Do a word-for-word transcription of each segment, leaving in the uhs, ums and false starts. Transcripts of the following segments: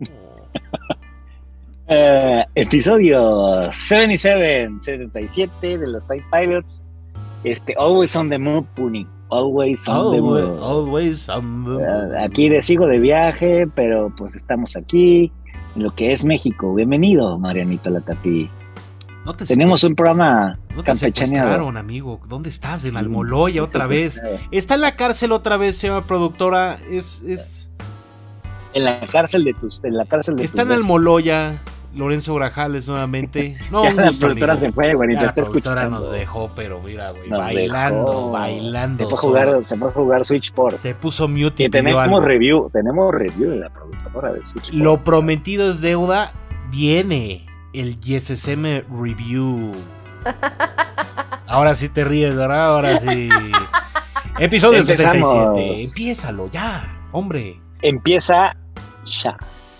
Uh, episodio setenta y siete, setenta y siete de los Time Pilots. Este, always on the move, Puni. Always on always, the move. Always on the move. Uh, aquí de sigo de viaje, pero pues estamos aquí en lo que es México. Bienvenido, Marianito Latapí. No te Tenemos un programa no te campechaneado. secuestraron, amigo. ¿Dónde estás? En Sí, Almoloya otra vez. Está en la cárcel otra vez, señora productora. Es, es... En la cárcel de tus, en la cárcel de Está tus en Almoloya. Lorenzo Grajales nuevamente. No, ya un la gusto, productora amigo. se fue, güey, ni Ya te la está productora escuchando. nos dejó, pero mira, güey, Nos bailando, dejó. bailando. Se fue a jugar, se fue a jugar Switch Sport. Se puso mute y Y pidió tenemos algo. review, tenemos review de la productora de Switch Sport. Lo prometido es deuda. Viene el Y S S M Review. Ahora sí te ríes, ¿verdad? Ahora sí. Episodio Empezamos. setenta y siete. Empiézalo ya, hombre. Empieza ya.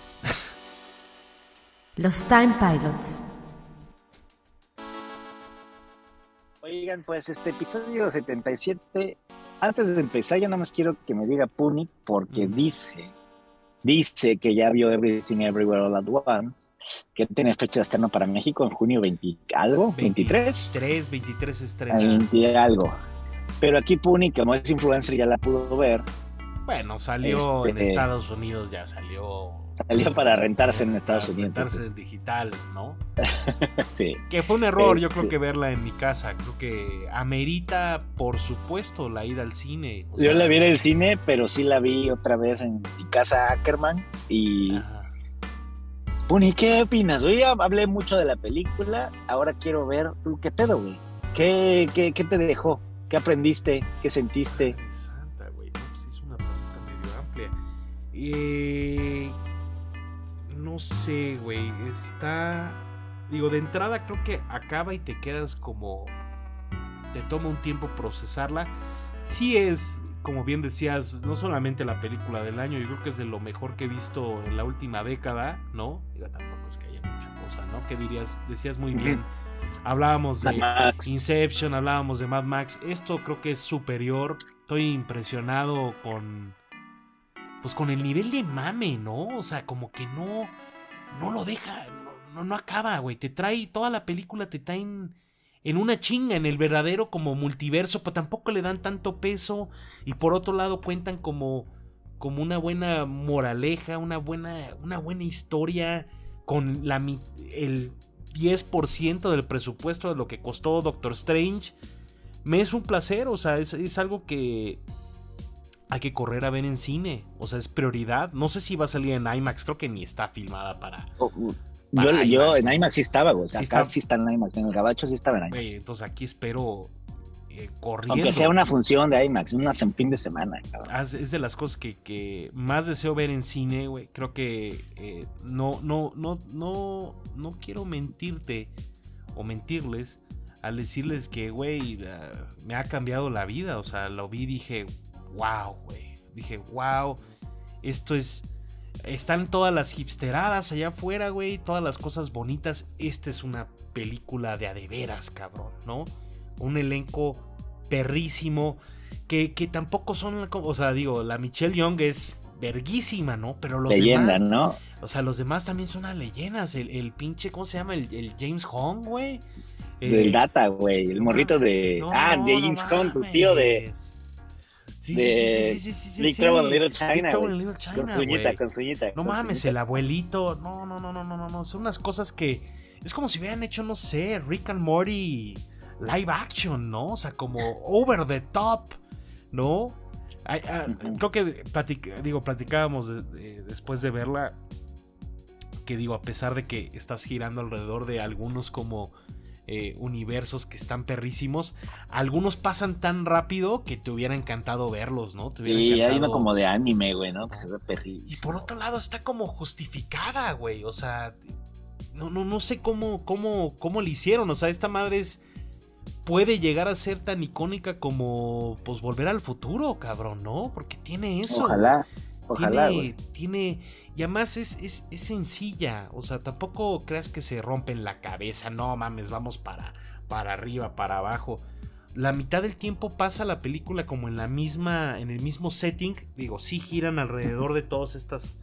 Los Time Pilots. Oigan, pues este episodio setenta y siete, antes de empezar yo nada más quiero que me diga Puni, porque Mm. dice, dice que ya vio Everything Everywhere All at Once, que tiene fecha de estreno para México en junio veinte, algo, veintitrés, veintitrés, veintitrés estrena. veinte algo. Pero aquí Puni, como es influencer, ya la pudo ver, Bueno, salió Este- en Estados Unidos, ya salió. salió para rentarse en Estados para Unidos. rentarse entonces, digital, ¿no? sí. Que fue un error, yo Este- creo que verla en mi casa. Creo que amerita, por supuesto, la ida al cine. O Yo sea, la vi en el cine, pero sí la vi otra vez en mi casa Ackerman y... ajá. Puni, ¿qué opinas? Yo ya hablé mucho de la película, ahora quiero ver, ¿tú qué pedo, güey? ¿Qué, qué, qué te dejó? ¿Qué aprendiste? ¿Qué sentiste? Madre santa, güey. No, pues es una pregunta medio amplia. Eh, no sé, güey. Está. Digo, de entrada creo que acaba y te quedas como. Te toma un tiempo procesarla. Sí es, como bien decías, no solamente la película del año, yo creo que es de lo mejor que he visto en la última década, ¿no? Digo, tampoco es que haya mucha cosa, ¿no? ¿Qué dirías? Decías muy bien. Hablábamos de Max. Inception, hablábamos de Mad Max. Esto creo que es superior. Estoy impresionado con. Pues con el nivel de mame, ¿no? O sea, como que no. No lo deja. No, no, no acaba, güey. Te trae. Toda la película te trae en, en una chinga, en el verdadero como multiverso. Pero tampoco le dan tanto peso. Y por otro lado cuentan como. Como una buena moraleja. Una buena. Una buena historia. Con la mi- el diez por ciento del presupuesto de lo que costó Doctor Strange. Me es un placer, o sea, es, es algo que hay que correr a ver en cine, o sea, es prioridad. No sé si va a salir en IMAX, creo que ni está filmada para... Oh, uh, Para yo, yo IMAX, en ¿no? IMAX sí estaba, güey. O sea, Sí acá está. sí está en IMAX. En el Gabacho sí estaba en IMAX. Güey, entonces aquí espero eh, corriendo. Aunque sea una función de IMAX, una en fin de semana, cabrón. Ah, Es de las cosas que, que más deseo ver en cine, güey. Creo que eh, no, no, no, no, no quiero mentirte o mentirles al decirles que, güey, uh, me ha cambiado la vida. O sea, lo vi y dije, wow, güey. Dije, wow, esto es... Están todas las hipsteradas allá afuera, güey. Todas las cosas bonitas. Esta es una película de a de veras, cabrón, ¿no? Un elenco perrísimo. Que, que tampoco son... O sea, digo, la Michelle Yeoh es verguísima, ¿no? Pero los Leyenda, demás... ¿no? O sea, los demás también son unas leyendas. El, el pinche... ¿Cómo se llama? El, el James Hong, güey. Del Eh, Data, güey. El no morrito mames, de... no, ah, no, de no James Hunt, tu tío de... mames. Sí, de sí, sí, sí, sí, sí, Big sí. Trouble in Little Big China, Trouble güey. in Little China, Con su uñita, güey. con su uñita. No con su mames, uñita. el abuelito. No, no, no, no, no, no, no. Son unas cosas que. Es como si hubieran hecho, no sé, Rick and Morty live action, ¿no? O sea, como over the top, ¿no? Ay, ah, Ujú. creo que platic- digo, platicábamos de- de- después de verla. Que digo, a pesar de que estás girando alrededor de algunos como eh, universos que están perrísimos, algunos pasan tan rápido que te hubiera encantado verlos, ¿no? Te hubiera Sí, hay encantado... uno como de anime, güey, ¿no? Que se ve perrísimo. Y por otro lado está como justificada, güey. O sea, no, no, no sé cómo, cómo, cómo le hicieron. O sea, esta madre es... Puede llegar a ser tan icónica como, pues, Volver al Futuro, cabrón, ¿no? Porque tiene eso. Ojalá, ojalá, tiene, güey. tiene, y además es, es, es sencilla. O sea, tampoco creas que se rompen la cabeza. No mames, vamos para, para arriba, para abajo. La mitad del tiempo pasa la película como en la misma, en el mismo setting. Digo, sí giran alrededor de todas estas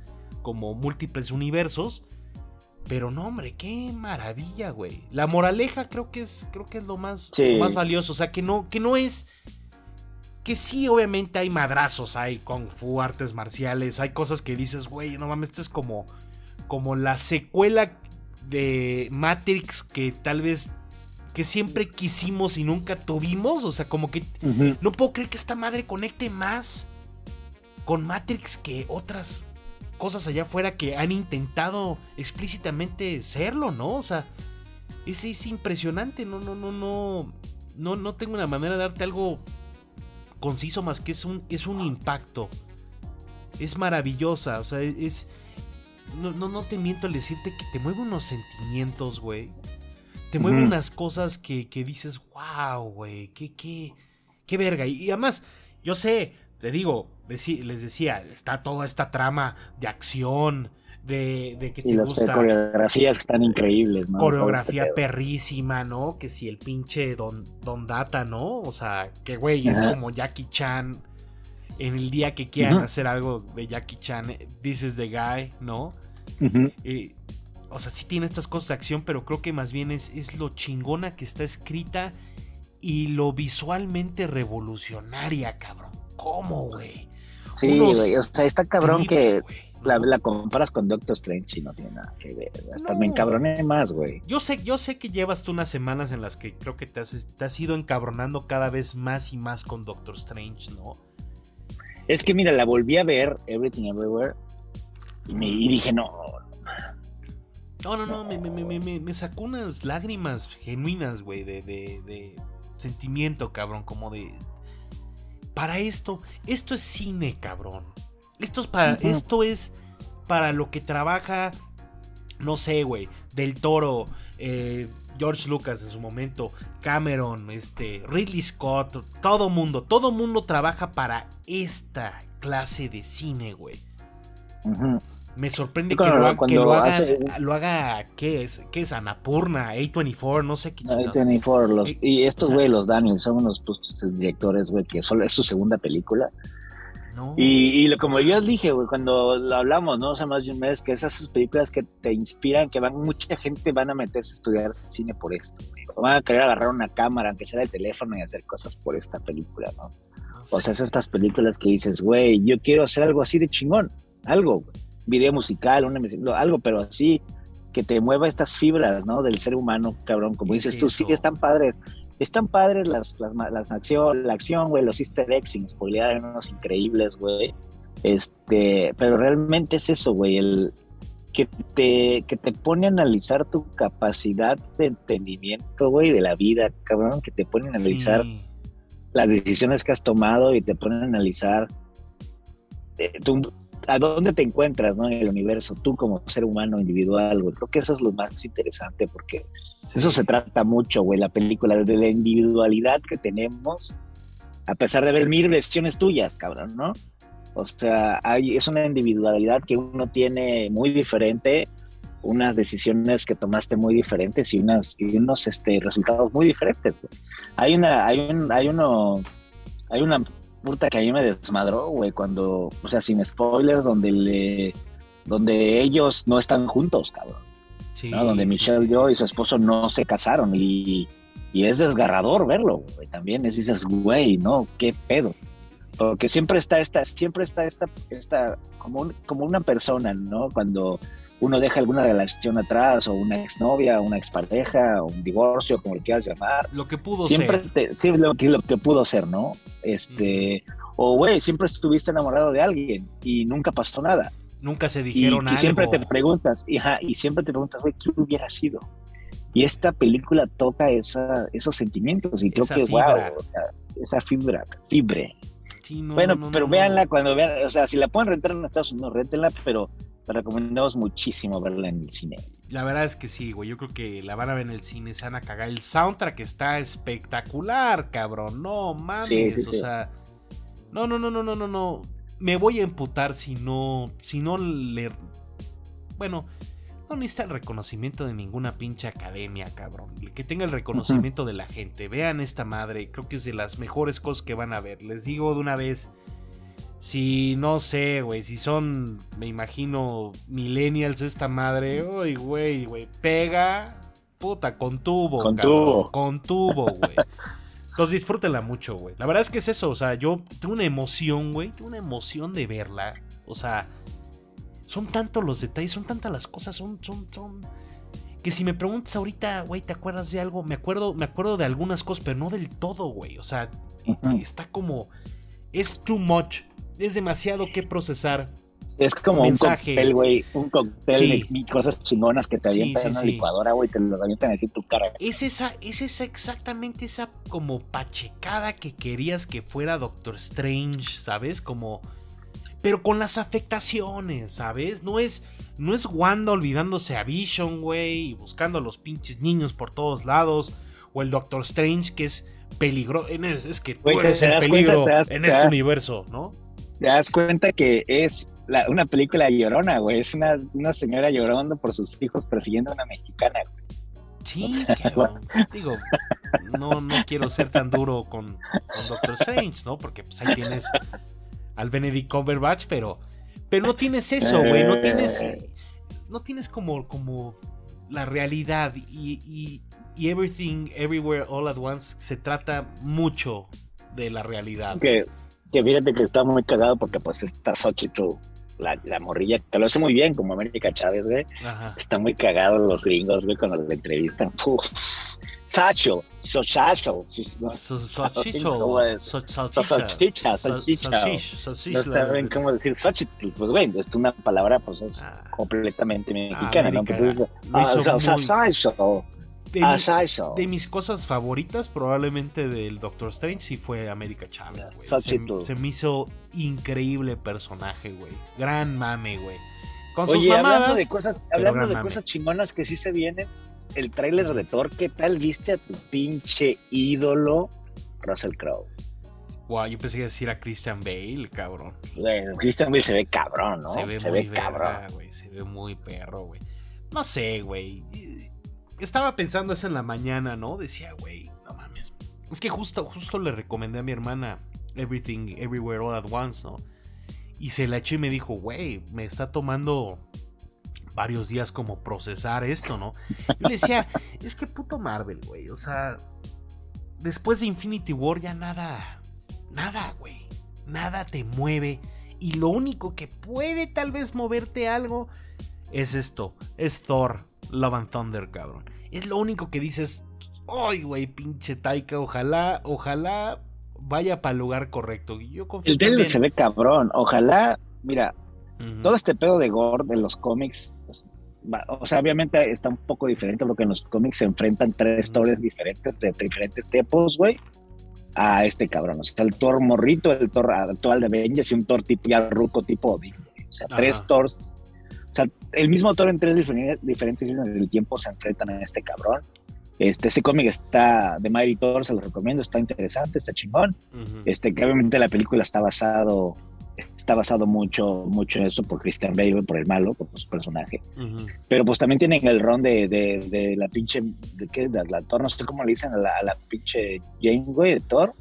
como múltiples universos. Pero no, hombre, qué maravilla, güey. La moraleja creo que es, creo que es lo más, sí. lo más valioso. O sea, que no, que no es... Que sí, obviamente hay madrazos, hay kung fu, artes marciales, hay cosas que dices, güey, no mames, esto es como, como la secuela de Matrix que tal vez, que siempre quisimos y nunca tuvimos. O sea, como que uh-huh. no puedo creer que esta madre conecte más con Matrix que otras cosas allá afuera que han intentado explícitamente serlo, ¿no? O sea, es, es impresionante, no, no, no, no, no, no tengo una manera de darte algo conciso más que es un, es un impacto. Es maravillosa, o sea, es... No, no, no te miento al decirte que te mueve unos sentimientos, güey. Te mueve uh-huh. unas cosas que, que dices, wow, güey, qué, qué, qué verga. Y, y además, yo sé, te digo, deci- les decía, está toda esta trama de acción, de, de que y te las gusta... coreografías están increíbles, ¿no? Coreografía perrísima, ¿no? Que si el pinche Don, Don Data, ¿no? O sea, que güey, uh-huh. es como Jackie Chan. En el día que quieran uh-huh. hacer algo de Jackie Chan, this is the guy, ¿no? Uh-huh. Eh, o sea, sí tiene estas cosas de acción, pero creo que más bien es, es lo chingona que está escrita y lo visualmente revolucionaria, cabrón. ¿Cómo, güey? Sí, güey, o sea, está cabrón trips, que wey, ¿no? la, la comparas con Doctor Strange y no tiene nada que ver. Hasta no. me encabroné más, güey. Yo sé, yo sé que llevas tú unas semanas en las que creo que te has, te has ido encabronando cada vez más y más con Doctor Strange, ¿no? Es que mira, la volví a ver, Everything Everywhere, y, me, y dije, no. No, no, no, me, me, me, me, me sacó unas lágrimas genuinas, güey, de, de, de sentimiento, cabrón, como de... Para esto, esto es cine, cabrón. Esto es para, uh-huh. esto es para lo que trabaja, no sé, güey, Del Toro, eh... George Lucas en su momento, Cameron, este, Ridley Scott, todo mundo, todo mundo trabaja para esta clase de cine, güey. Uh-huh. Me sorprende que, lo, ha, que lo, haga, hace... lo haga, ¿qué es? ¿Qué es? Anapurna, A veinticuatro, no sé qué. A veinticuatro, los, y estos, güey, o sea, los Daniels, son unos pues, directores, güey, que solo es su segunda película. No. Y, y lo, como yo dije, güey, cuando lo hablamos, ¿no? O sea, más de un mes, que esas películas que te inspiran, que van, mucha gente van a meterse a estudiar cine por esto, güey. Van a querer agarrar una cámara, aunque sea el teléfono, y hacer cosas por esta película, ¿no? No sé. O sea, es estas películas que dices, güey, yo quiero hacer algo así de chingón, algo, güey. Video musical, una, algo, pero así, que te mueva estas fibras, ¿no? Del ser humano, cabrón, como dices tú, sí, están padres. Están padres las, las, las acción, la acción, güey, los easter eggs sin spoilear, eran unos increíbles, güey. Este, pero realmente es eso, güey, el que te, que te pone a analizar tu capacidad de entendimiento, güey, de la vida, cabrón, que te pone a analizar sí. las decisiones que has tomado y te pone a analizar eh, tu, a dónde te encuentras, ¿no? En el universo, tú como ser humano individual, güey. Creo que eso es lo más interesante porque sí. eso se trata mucho, güey, la película, de la individualidad que tenemos, a pesar de ver mil versiones tuyas, cabrón, ¿no? O sea, hay, es una individualidad que uno tiene muy diferente, unas decisiones que tomaste muy diferentes y, unas, y unos este, resultados muy diferentes, güey. Hay una, hay un, hay uno, hay una puta que a mí me desmadró, güey, cuando, o sea, sin spoilers, donde le, donde ellos no están juntos, cabrón. Sí, ¿no? Donde Michelle sí, sí, Yeoh sí, y su esposo sí. no se casaron y, y es desgarrador verlo, güey. También es, dices, güey, no, qué pedo. Porque siempre está esta, siempre está esta, esta, como, un, como una persona, ¿no? Cuando uno deja alguna relación atrás, o una exnovia, una expareja, o un divorcio, como lo quieras llamar. Lo que pudo siempre ser. Te, sí, lo que, lo que pudo ser, ¿no? Este, mm. O, güey, siempre estuviste enamorado de alguien y nunca pasó nada. Nunca se dijeron y, algo. Y siempre te preguntas, y, ajá, y siempre te preguntas, güey, ¿qué hubiera sido? Y esta película toca esa, esos sentimientos y creo esa que, fibra. wow, o sea, esa fibra, fibre. Sí, no, bueno, no, pero no, véanla no. cuando vean, o sea, si la pueden rentar en Estados Unidos, réntenla, pero te recomendamos muchísimo verla en el cine. La verdad es que sí, güey, yo creo que la van a ver en el cine, se van a cagar. El soundtrack está espectacular, cabrón, no mames, sí, sí, o sí. sea, no, no, no, no, no, no, no, me voy a emputar si no, si no le, bueno, no necesita el reconocimiento de ninguna pinche academia, cabrón, que tenga el reconocimiento uh-huh. de la gente. Vean esta madre, creo que es de las mejores cosas que van a ver, les digo de una vez. Si no sé, güey, si son, me imagino, millennials esta madre, uy, güey, güey, pega, puta, con tubo, con cabrón, tubo. Con tubo, güey. Entonces disfrútenla mucho, güey. La verdad es que es eso, o sea, yo tengo una emoción, güey, tengo una emoción de verla. O sea, son tantos los detalles, son tantas las cosas, son, son, son... Que si me preguntas ahorita, güey, ¿te acuerdas de algo? Me acuerdo, me acuerdo de algunas cosas, pero no del todo, güey. O sea, uh-huh. está como... Es too much. Es demasiado que procesar. Es como mensaje. un cóctel, güey. Un cóctel sí. de cosas chingonas que te avientan sí, sí, en una sí. licuadora, güey. Te los avientan aquí en tu cara. Es esa, es esa exactamente esa como pachecada que querías que fuera Doctor Strange, ¿sabes? Como... Pero con las afectaciones, ¿sabes? No es, no es Wanda olvidándose a Vision, güey. Y buscando a los pinches niños por todos lados. O el Doctor Strange que es peligro. Es que tú wey, eres el peligro cuenta, das, en este das, universo, ¿no? Te das cuenta que es la, una película llorona, güey. Es una, una señora llorando por sus hijos persiguiendo a una mexicana, güey. Sí, cabrón. Digo, no, no quiero ser tan duro con, con Doctor Strange, ¿no? Porque pues ahí tienes al Benedict Cumberbatch, pero, pero no tienes eso, güey. No tienes, no tienes como, como la realidad y, y, y Everything, Everywhere, All at Once se trata mucho de la realidad. Que, que fíjate que está muy cagado porque pues está Xochitl, la, la morrilla, que lo hace muy bien como América Chávez, güey. Está muy cagado los gringos, güey, cuando los entrevistan. Uf. Sacho, Sochacho, Salchicho, salchicha, salchicha. No saben cómo decir Xochitl, pues güey, es una palabra pues es ah, completamente mexicana, ¿no? Pues, Sacho. De, mi, de mis cosas favoritas probablemente del Doctor Strange sí fue América Chávez, güey. Se, se me hizo increíble personaje, güey. Gran mame, güey. Con sus Oye, mamadas, hablando de cosas, hablando de cosas chingonas que sí se vienen, el tráiler de Thor, ¿qué tal viste a tu pinche ídolo Russell Crowe? Wow, yo pensé que decir a Christian Bale, cabrón. Bueno, Christian Bale se ve cabrón, ¿no? Se ve se muy ve verga, cabrón, güey. Se ve muy perro, güey. No sé, güey. Estaba pensando eso en la mañana, ¿no? Decía, güey, no mames. Es que justo, justo le recomendé a mi hermana Everything, Everywhere, All at Once, ¿no? Y se la echó y me dijo, güey, me está tomando varios días como procesar esto, ¿no? Yo le decía, es que puto Marvel, güey. O sea, después de Infinity War ya nada, nada, güey. Nada te mueve. Y lo único que puede tal vez moverte algo es esto, es Thor. Love and Thunder, cabrón. Es lo único que dices, ay, güey, pinche Taika, ojalá, ojalá vaya para el lugar correcto. Yo confío. El trailer se ve cabrón, ojalá, mira, uh-huh. todo este pedo de gore de los cómics, pues, va, o sea, obviamente está un poco diferente porque en los cómics se enfrentan tres uh-huh. Thores diferentes, de diferentes tipos, güey, a este cabrón. O sea, el Thor morrito, el Thor actual de Avengers y un Thor tipo ya ruco tipo Odín, o sea, uh-huh. tres Thors. O sea, el mismo autor en tres diferentes, diferentes líneas del tiempo se enfrentan a este cabrón. Este, este cómic está de Mighty Thor, se lo recomiendo, está interesante, está chingón. Uh-huh. Este, que obviamente la película está basado, está basado mucho, mucho en eso por Christian Bale, por el malo, por su personaje. Uh-huh. Pero pues también tienen el ron de, de, de la pinche, de qué, de la Thor, no sé cómo le dicen a la, a la pinche Jane, güey, de Thor.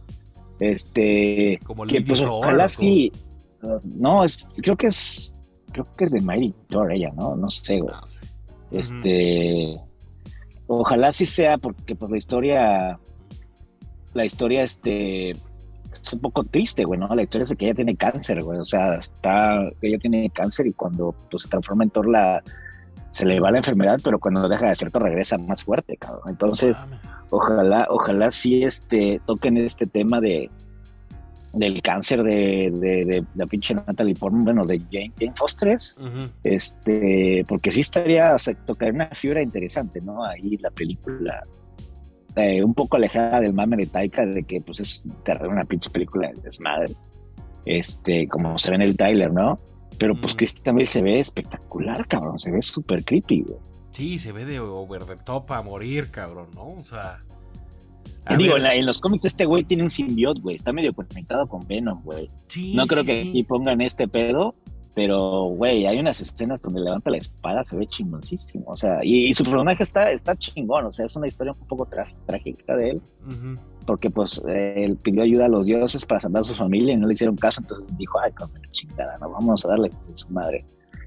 Este, como que pues ojalá sí, uh, no, es, creo que es creo que es de Mighty Thor ella, ¿no? No sé, güey. No sé. Este, uh-huh. Ojalá sí sea, porque pues la historia, la historia, este, es un poco triste, güey, ¿no? La historia es de que ella tiene cáncer, güey, o sea, está, ella tiene cáncer y cuando pues se transforma en Thor, la, se le va la enfermedad, pero cuando deja de ser Thor regresa más fuerte, cabrón. Entonces, ojalá, ojalá sí, este, toquen este tema de del cáncer de, de, de la pinche Natalie Portman, bueno, de Jane, Jane Foster, uh-huh. este, porque sí estaría, o sea, tocaría una fibra interesante, ¿no? Ahí la película, eh, un poco alejada del mame de Taika, de que pues es una pinche película de desmadre, este, como se ve en el trailer, ¿no? Pero pues uh-huh. Christian Bale se ve espectacular, cabrón, se ve súper creepy, güey. Sí, se ve de over the top a morir, cabrón, ¿no? O sea... Te digo, en, la, en los cómics este güey tiene un simbionte, güey, está medio conectado con Venom, güey. Sí, no creo sí, que sí. aquí pongan este pedo, Pero, güey, hay unas escenas donde levanta la espada, se ve chingoncísimo. O sea, y, y su personaje está, está chingón. O sea, es una historia un poco tra- trágica de él. Uh-huh. Porque, pues, eh, él pidió ayuda a los dioses para salvar a su familia y no le hicieron caso. Entonces dijo, ay, con la chingada, no, vamos a darle a su madre.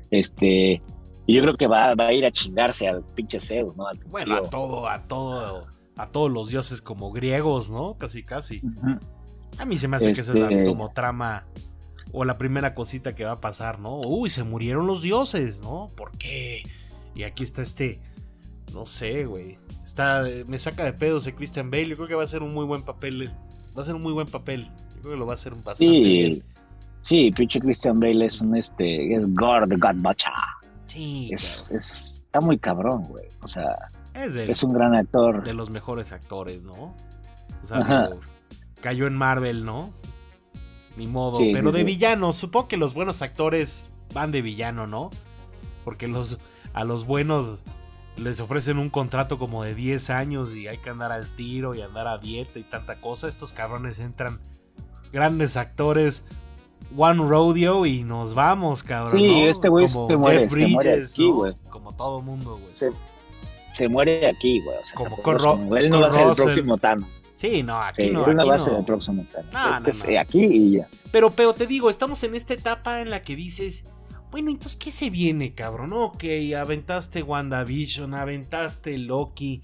Este, y yo creo que va, va a ir a chingarse al pinche Zeus, ¿no? Al bueno, a todo, a todo, a todos los dioses como griegos, ¿no? Casi, casi. Uh-huh. A mí se me hace este... que esa es la como trama... O la primera cosita que va a pasar, ¿no? Uy, se murieron los dioses, ¿no? ¿Por qué? Y aquí está este... No sé, güey. Está... Me saca de pedos de Christian Bale. Yo creo que va a ser un muy buen papel. Va a ser un muy buen papel. Yo creo que lo va a hacer bastante sí, bien. Sí, pinche Christian Bale es un este... Es God, the God Butcher. Sí, es, claro. es, está muy cabrón, güey. O sea... Es, el, es un gran actor. De los mejores actores, ¿no? O sea, digo, cayó en Marvel, ¿no? Ni modo, sí, pero sí, de sí. villano, supongo que los buenos actores van de villano, ¿no? Porque los a los buenos les ofrecen un contrato como de diez años y hay que andar al tiro y andar a dieta y tanta cosa. Estos cabrones entran grandes actores, one rodeo y nos vamos, cabrón. Sí, ¿no? este güey se muere, Bridges, se muere aquí, güey. ¿no? Como todo mundo, güey. Se, se muere aquí, güey. O sea, como Corro- él no va a ser el próximo Thanos. Sí, no, aquí sí, no. Él no aquí va a no. ser el próximo Thanos. No, no, es, no. Aquí y ya. Pero, pero te digo, estamos en esta etapa en la que dices, bueno, entonces, ¿qué se viene, cabrón? Ok, aventaste WandaVision, aventaste Loki,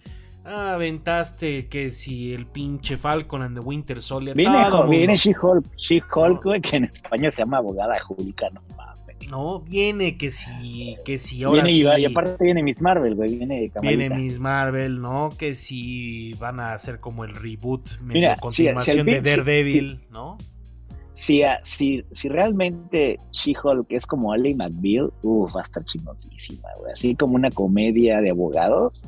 aventaste que si el pinche Falcon and the Winter Soldier. Viene, viene She-Hulk, She-Hulk, güey, no. que en España se llama abogada Julica, no mames. No, viene que si, que si ahora viene, sí. Y aparte viene Miss Marvel, güey, viene Camarita. Viene Miss Marvel, ¿no? Que si van a hacer como el reboot, Mira, continuación si, si de Daredevil, si, ¿no? Si, si, si realmente She-Hulk es como Ally McBeal, uff, va a estar chingoncísima, güey. Así como una comedia de abogados,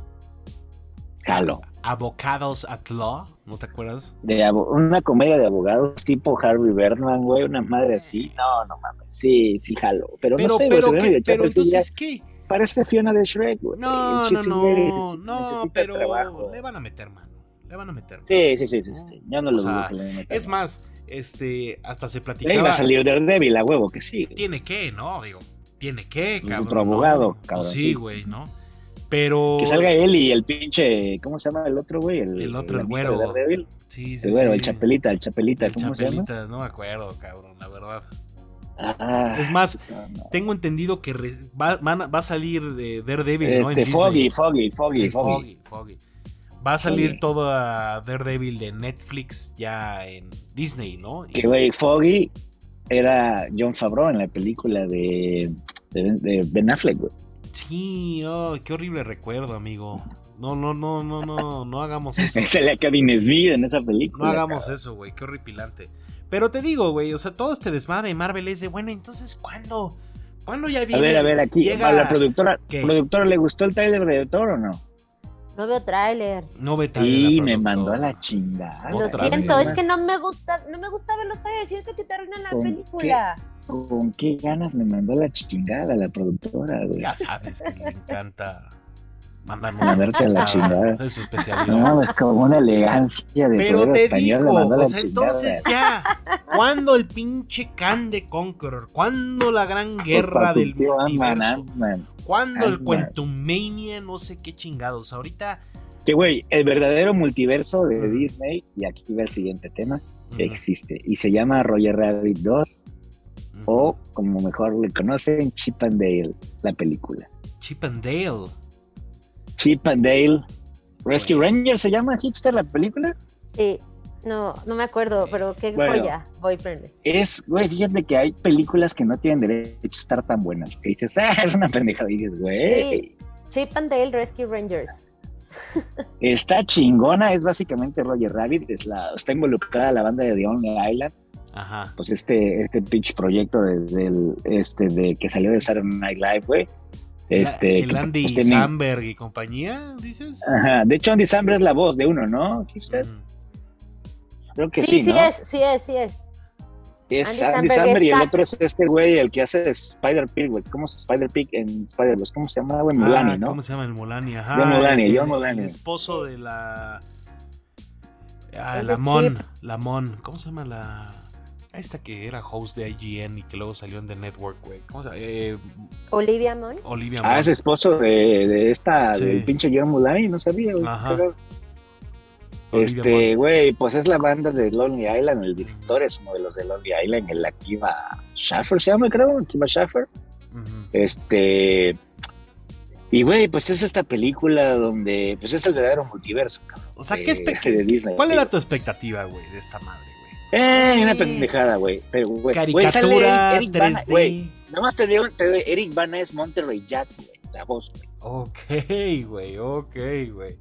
jalo. Avocados at Law, ¿no te acuerdas? De abo- una comedia de abogados tipo Harvey Birdman, güey, una madre así. No, no mames, sí, sí jalo. Pero, pero no sé, pero, güey, se ve pero entonces, ¿qué? Parece Fiona de Shrek, güey. No, no, no, no, pero trabajo. Le van a meter mano. Le van a meter mano. Sí, sí, sí, sí, sí. Ya no lo dudo que le van a meter. Es más, este, hasta se platicaba. Le iba a salir Daredevil a huevo, que sí. Tiene que, ¿no? Digo, tiene que, cabrón. Otro abogado, ¿no? cabrón. Pues sí, güey, ¿no? Pero... Que salga él y el pinche... ¿Cómo se llama el otro, güey? El, el otro, el, el güero. De Daredevil. Sí, sí, el güero, sí. el Chapelita, el Chapelita. El ¿Cómo Chapelita, se llama? no me acuerdo, cabrón, la verdad. Ah, es más, no, no. tengo entendido que re- va, va, va a salir de Daredevil, este, ¿no? En Foggy, Foggy, Foggy, Foggy, Foggy, Foggy. Va a salir Foggy. todo a Daredevil de Netflix ya en Disney, ¿no? Que güey, Foggy era Jon Favreau en la película de, de, de Ben Affleck, güey. Sí, oh, qué horrible recuerdo, amigo. No, no, no, no, no, no hagamos eso. Se le a Kevin Smith en esa película. No hagamos cabrón. eso, güey, qué horripilante. Pero te digo, güey, o sea, todo este desmadre de Marvel es de, bueno, entonces, ¿cuándo? ¿Cuándo ya viene? A ver, a ver, aquí, llega... a la productora, ¿Qué? ¿productora le gustó el tráiler de Thor o no? No veo trailers. No ve trailer. Sí, me mandó a la chingada. Lo siento, vez. es que no me gusta, no me gusta ver los trailers, siento que te arruinan la película. Qué, ¿Con qué ganas me mandó a la chingada la productora, güey? Ya sabes que le encanta mandarnos mandarte a la chingada. Esa es su especialidad. No, es como una elegancia de Pero te español, digo, o sea, entonces ya, ¿cuándo el pinche Khan the Conqueror? ¿Cuándo la gran guerra pues del multiverso? Man, ¿Cuándo el Quantumania? No sé qué chingados. Ahorita... Que güey, el verdadero multiverso de mm. Disney, y aquí va el siguiente tema, mm. existe. Y se llama Roger Rabbit dos, mm. o como mejor le conocen, Chip and Dale, la película. Chip and Dale. Chip and Dale. Rescue bueno. Ranger se llama, Hipster, la película. Sí. No, no me acuerdo, pero qué bueno, joya, Boyfriend. Es, güey, fíjate que hay películas que no tienen derecho a estar tan buenas. Que dices, ah, es una pendejada. Y dices, güey. Sí, Chip and Dale Rescue Rangers. Está chingona, es básicamente Roger Rabbit, es la, está involucrada la banda de The Only Island. Ajá. Pues este, este pitch proyecto de, del, este, de que salió de Saturday Night Live, güey. Este, el Andy pues, Samberg y compañía, ¿dices? Ajá, de hecho Andy Samberg es la voz de uno, ¿no? ¿Hipster? Mm. Creo que sí, sí, sí ¿no? es, sí es, sí es. Es Andy, Andy Samberg y el otro es este güey, el que hace Spider-Pig, güey. ¿Cómo es Spider-Pig en Spider-Verse? ¿Cómo se llama, güey? Ah, Mulani, ¿no? ¿Cómo se llama el Mulani? Ajá. John Mulani, el, John Mulani. El esposo de la... Ah, la Mon, la Mon. ¿Cómo se llama la...? Esta que era host de I G N y que luego salió en The Network, güey. ¿Cómo se llama? Eh, Olivia Munn. Olivia Munn. Ah, es esposo de, de esta, Sí. del pinche John Mulaney, no sabía, güey. Ajá. Pero, Olivia este, Munn. güey, pues es la banda de Lonely Island, el director es uno de los de Lonely Island, el Akiva Schaffer se llama, creo, Akiva Schaffer. Ujú. Este, y güey, pues es esta película donde, pues es el verdadero multiverso, cabrón. O sea, ¿qué de- expectativa? de Disney, ¿Cuál era güey. tu expectativa, güey, de esta madre, güey? Eh, una pendejada, güey. Pero, güey, güey, sale Caricatura, Eric Bana, tres D. güey. Nada más te digo, te digo, Eric Bana es Monterrey Jack, güey, la voz, güey. Ok, güey, ok, güey.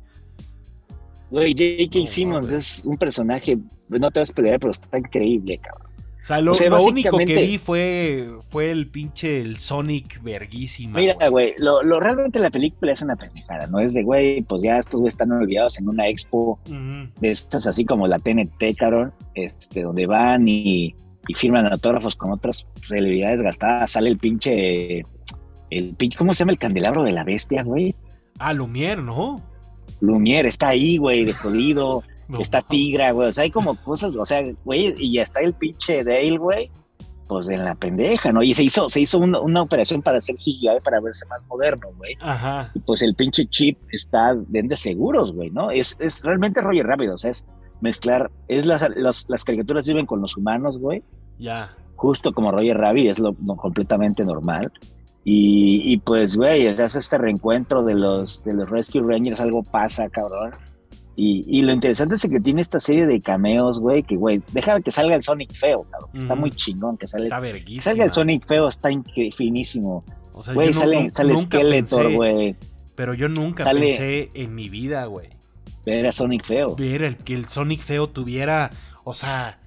Güey, J K. No, Simmons mames. es un personaje, no te vas a pelear, pero está increíble, cabrón. O sea, lo, O sea, lo único que básicamente- vi fue, fue el pinche el Sonic verguísima. Mira, güey, lo, lo realmente la película es una pendejada, ¿no? Es de, güey, pues ya estos güeyes están olvidados en una expo Ujú. de estas así como la T N T, cabrón, este, donde van y, y firman autógrafos con otras celebridades gastadas. Sale el pinche, el pinche, ¿cómo se llama? El candelabro de la bestia, güey. Ah, Lumière, ¿no? Lumière está ahí, güey, de jodido. No, Está Tigra, güey. O sea, hay como cosas, o sea, güey, y ya está el pinche Dale, güey. Pues en la pendeja, ¿no? Y se hizo, se hizo una, una operación para hacer C G I para verse más moderno, güey. Ajá. Y pues el pinche chip está de seguros, güey, ¿no? Es, es realmente Roger Rabbit, o sea, es mezclar, es las, las, las caricaturas viven con los humanos, güey. Ya. Justo como Roger Rabbit, es lo, lo completamente normal. Y, y pues, güey, o sea, es este reencuentro de los, de los Rescue Rangers, algo pasa, cabrón. Y, y lo interesante es que tiene esta serie de cameos, güey, que, güey, deja que salga el Sonic feo, cabrón. que Está Ujú. muy chingón que sale. Está Que verguísima. salga el Sonic feo, está incre- finísimo. O sea, Güey, yo no- sale, nu- sale nunca Skeletor, pensé- güey. Pero yo nunca Sale- pensé en mi vida, güey, Ver a Sonic feo. ver el que el Sonic feo tuviera, o sea,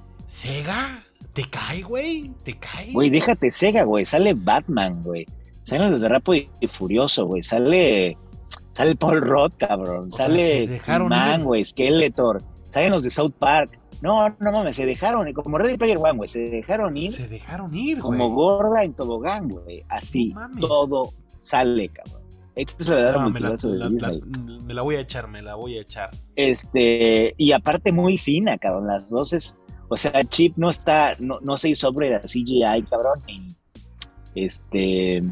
Sega, ¿te cae, güey? ¿Te cae? Güey, déjate Sega, güey. Sale Batman, güey. Salen los de Rápido y, y Furioso, güey. Sale, sale Paul Rudd, cabrón. O sea, Sale se dejaron Man, ir. güey, Skeletor. Salen los de South Park. No, no mames, se dejaron, como Ready Player One, güey. Se dejaron ir Se dejaron ir, güey. como gorda en tobogán, güey. Así, No mames. todo sale, cabrón. Este es el verdadero Ah, me, la, multiverso de la- Disney. la- me la voy a echar, me la voy a echar. Este, y aparte muy fina, cabrón, las voces, o sea, Chip no está, no, no se hizo sobre la C G I, cabrón, y este,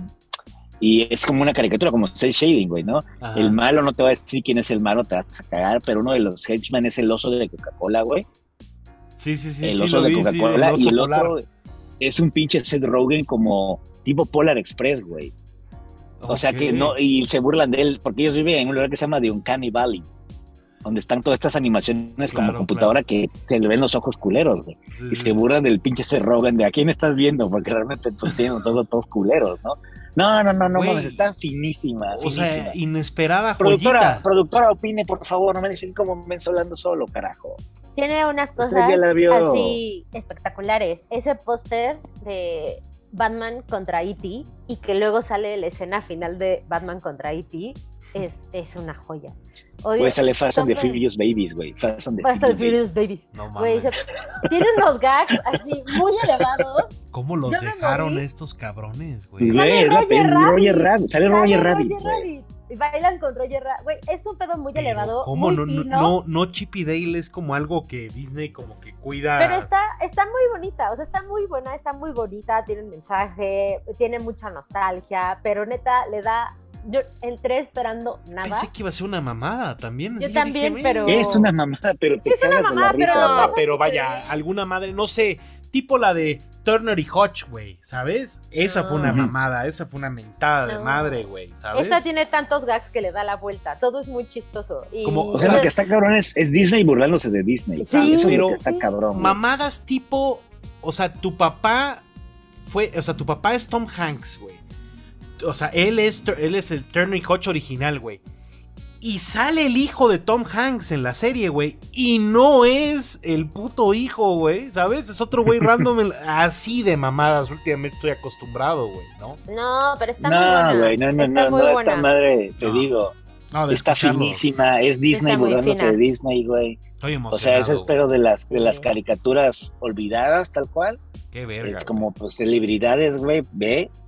y es como una caricatura, como cel shading, güey, ¿no? Ajá. El malo, no te voy a decir quién es el malo, te vas a cagar, pero uno de los henchmen es el oso de Coca-Cola, güey, Sí, sí, sí, el sí, oso lo de vi, sí, Coca-Cola, el oso y el polar. otro es un pinche Seth Rogen como tipo Polar Express, güey. O sea que Ok. no, y se burlan de él, porque ellos viven en un lugar que se llama The Uncanny Valley, donde están todas estas animaciones como Claro, computadora que se le ven los ojos culeros, güey. Sí, Y sí, se burlan del pinche Seth Rogen de a quién estás viendo, porque realmente pues, tienen los ojos todos culeros, ¿no? No, no, no, no, Güey. mames, está finísima, O finísima. sea, inesperada productora, joyita. productora, opine, por favor, no me dejen como menso hablando solo, carajo. Tiene unas Usted cosas ya la vio. así espectaculares. Ese póster de Batman contra E T y que luego sale la escena final de Batman contra E T es, es una joya. Obvio, Pues sale Fast and the Tom- Furious Babies, güey. Fast and the Fast and Furious Furious Babies. No Güey, mames. se- tiene unos gags así muy elevados. ¿Cómo los Yo me dejaron morí. estos cabrones, güey? Pues, Sale güey, es la Roger peli, es Rabbit. Roger Rabbit. Sale Sale Roger Roger Rabbit, güey. Rabbit. Y bailan con Roger Rabbit. Güey, es un pedo muy Pero, elevado. ¿cómo? Muy No, no, fino. no, no Chip y Dale es como algo que Disney como que cuida. Pero está, está muy bonita, o sea, está muy buena, está muy bonita, tiene un mensaje, tiene mucha nostalgia, pero neta le da, yo entré esperando nada. Pensé que iba a ser una mamada también. Yo así también, dije, pero- "Güey". Es una mamada, pero te Sí, es una cagas de la mamada, risa, pero- güey. No, pero vaya, alguna madre, no sé, tipo la de Turner y Hutch, güey, ¿sabes? Esa No. fue una Ujú. mamada, esa fue una mentada de No. madre, güey, ¿sabes? Esta tiene tantos gags que le da la vuelta, todo es muy chistoso. Y, Como, O sea, lo que está cabrón es, es Disney burlándose de Disney. Sí, Eso es pero- lo que está cabrón, güey. Mamadas tipo, o sea, tu papá fue, o sea, tu papá es Tom Hanks, güey. O sea, él es, él es el Turner y Hutch original, güey. Y sale el hijo de Tom Hanks en la serie, güey. Y no es el puto hijo, güey. ¿Sabes? Es otro güey random. Así de mamadas. Últimamente estoy acostumbrado, güey, ¿no? No, pero está muy buena. No, güey, no, no, Está no, muy no, buena. esta madre, te No. digo, No, de está escucharlos. finísima, es Disney Está muy burlándose fina. de Disney, güey. Estoy emocionado. O sea, eso espero de las, de las Sí. caricaturas olvidadas, tal cual. Qué verga. Es como, pues, celebridades, güey, ve.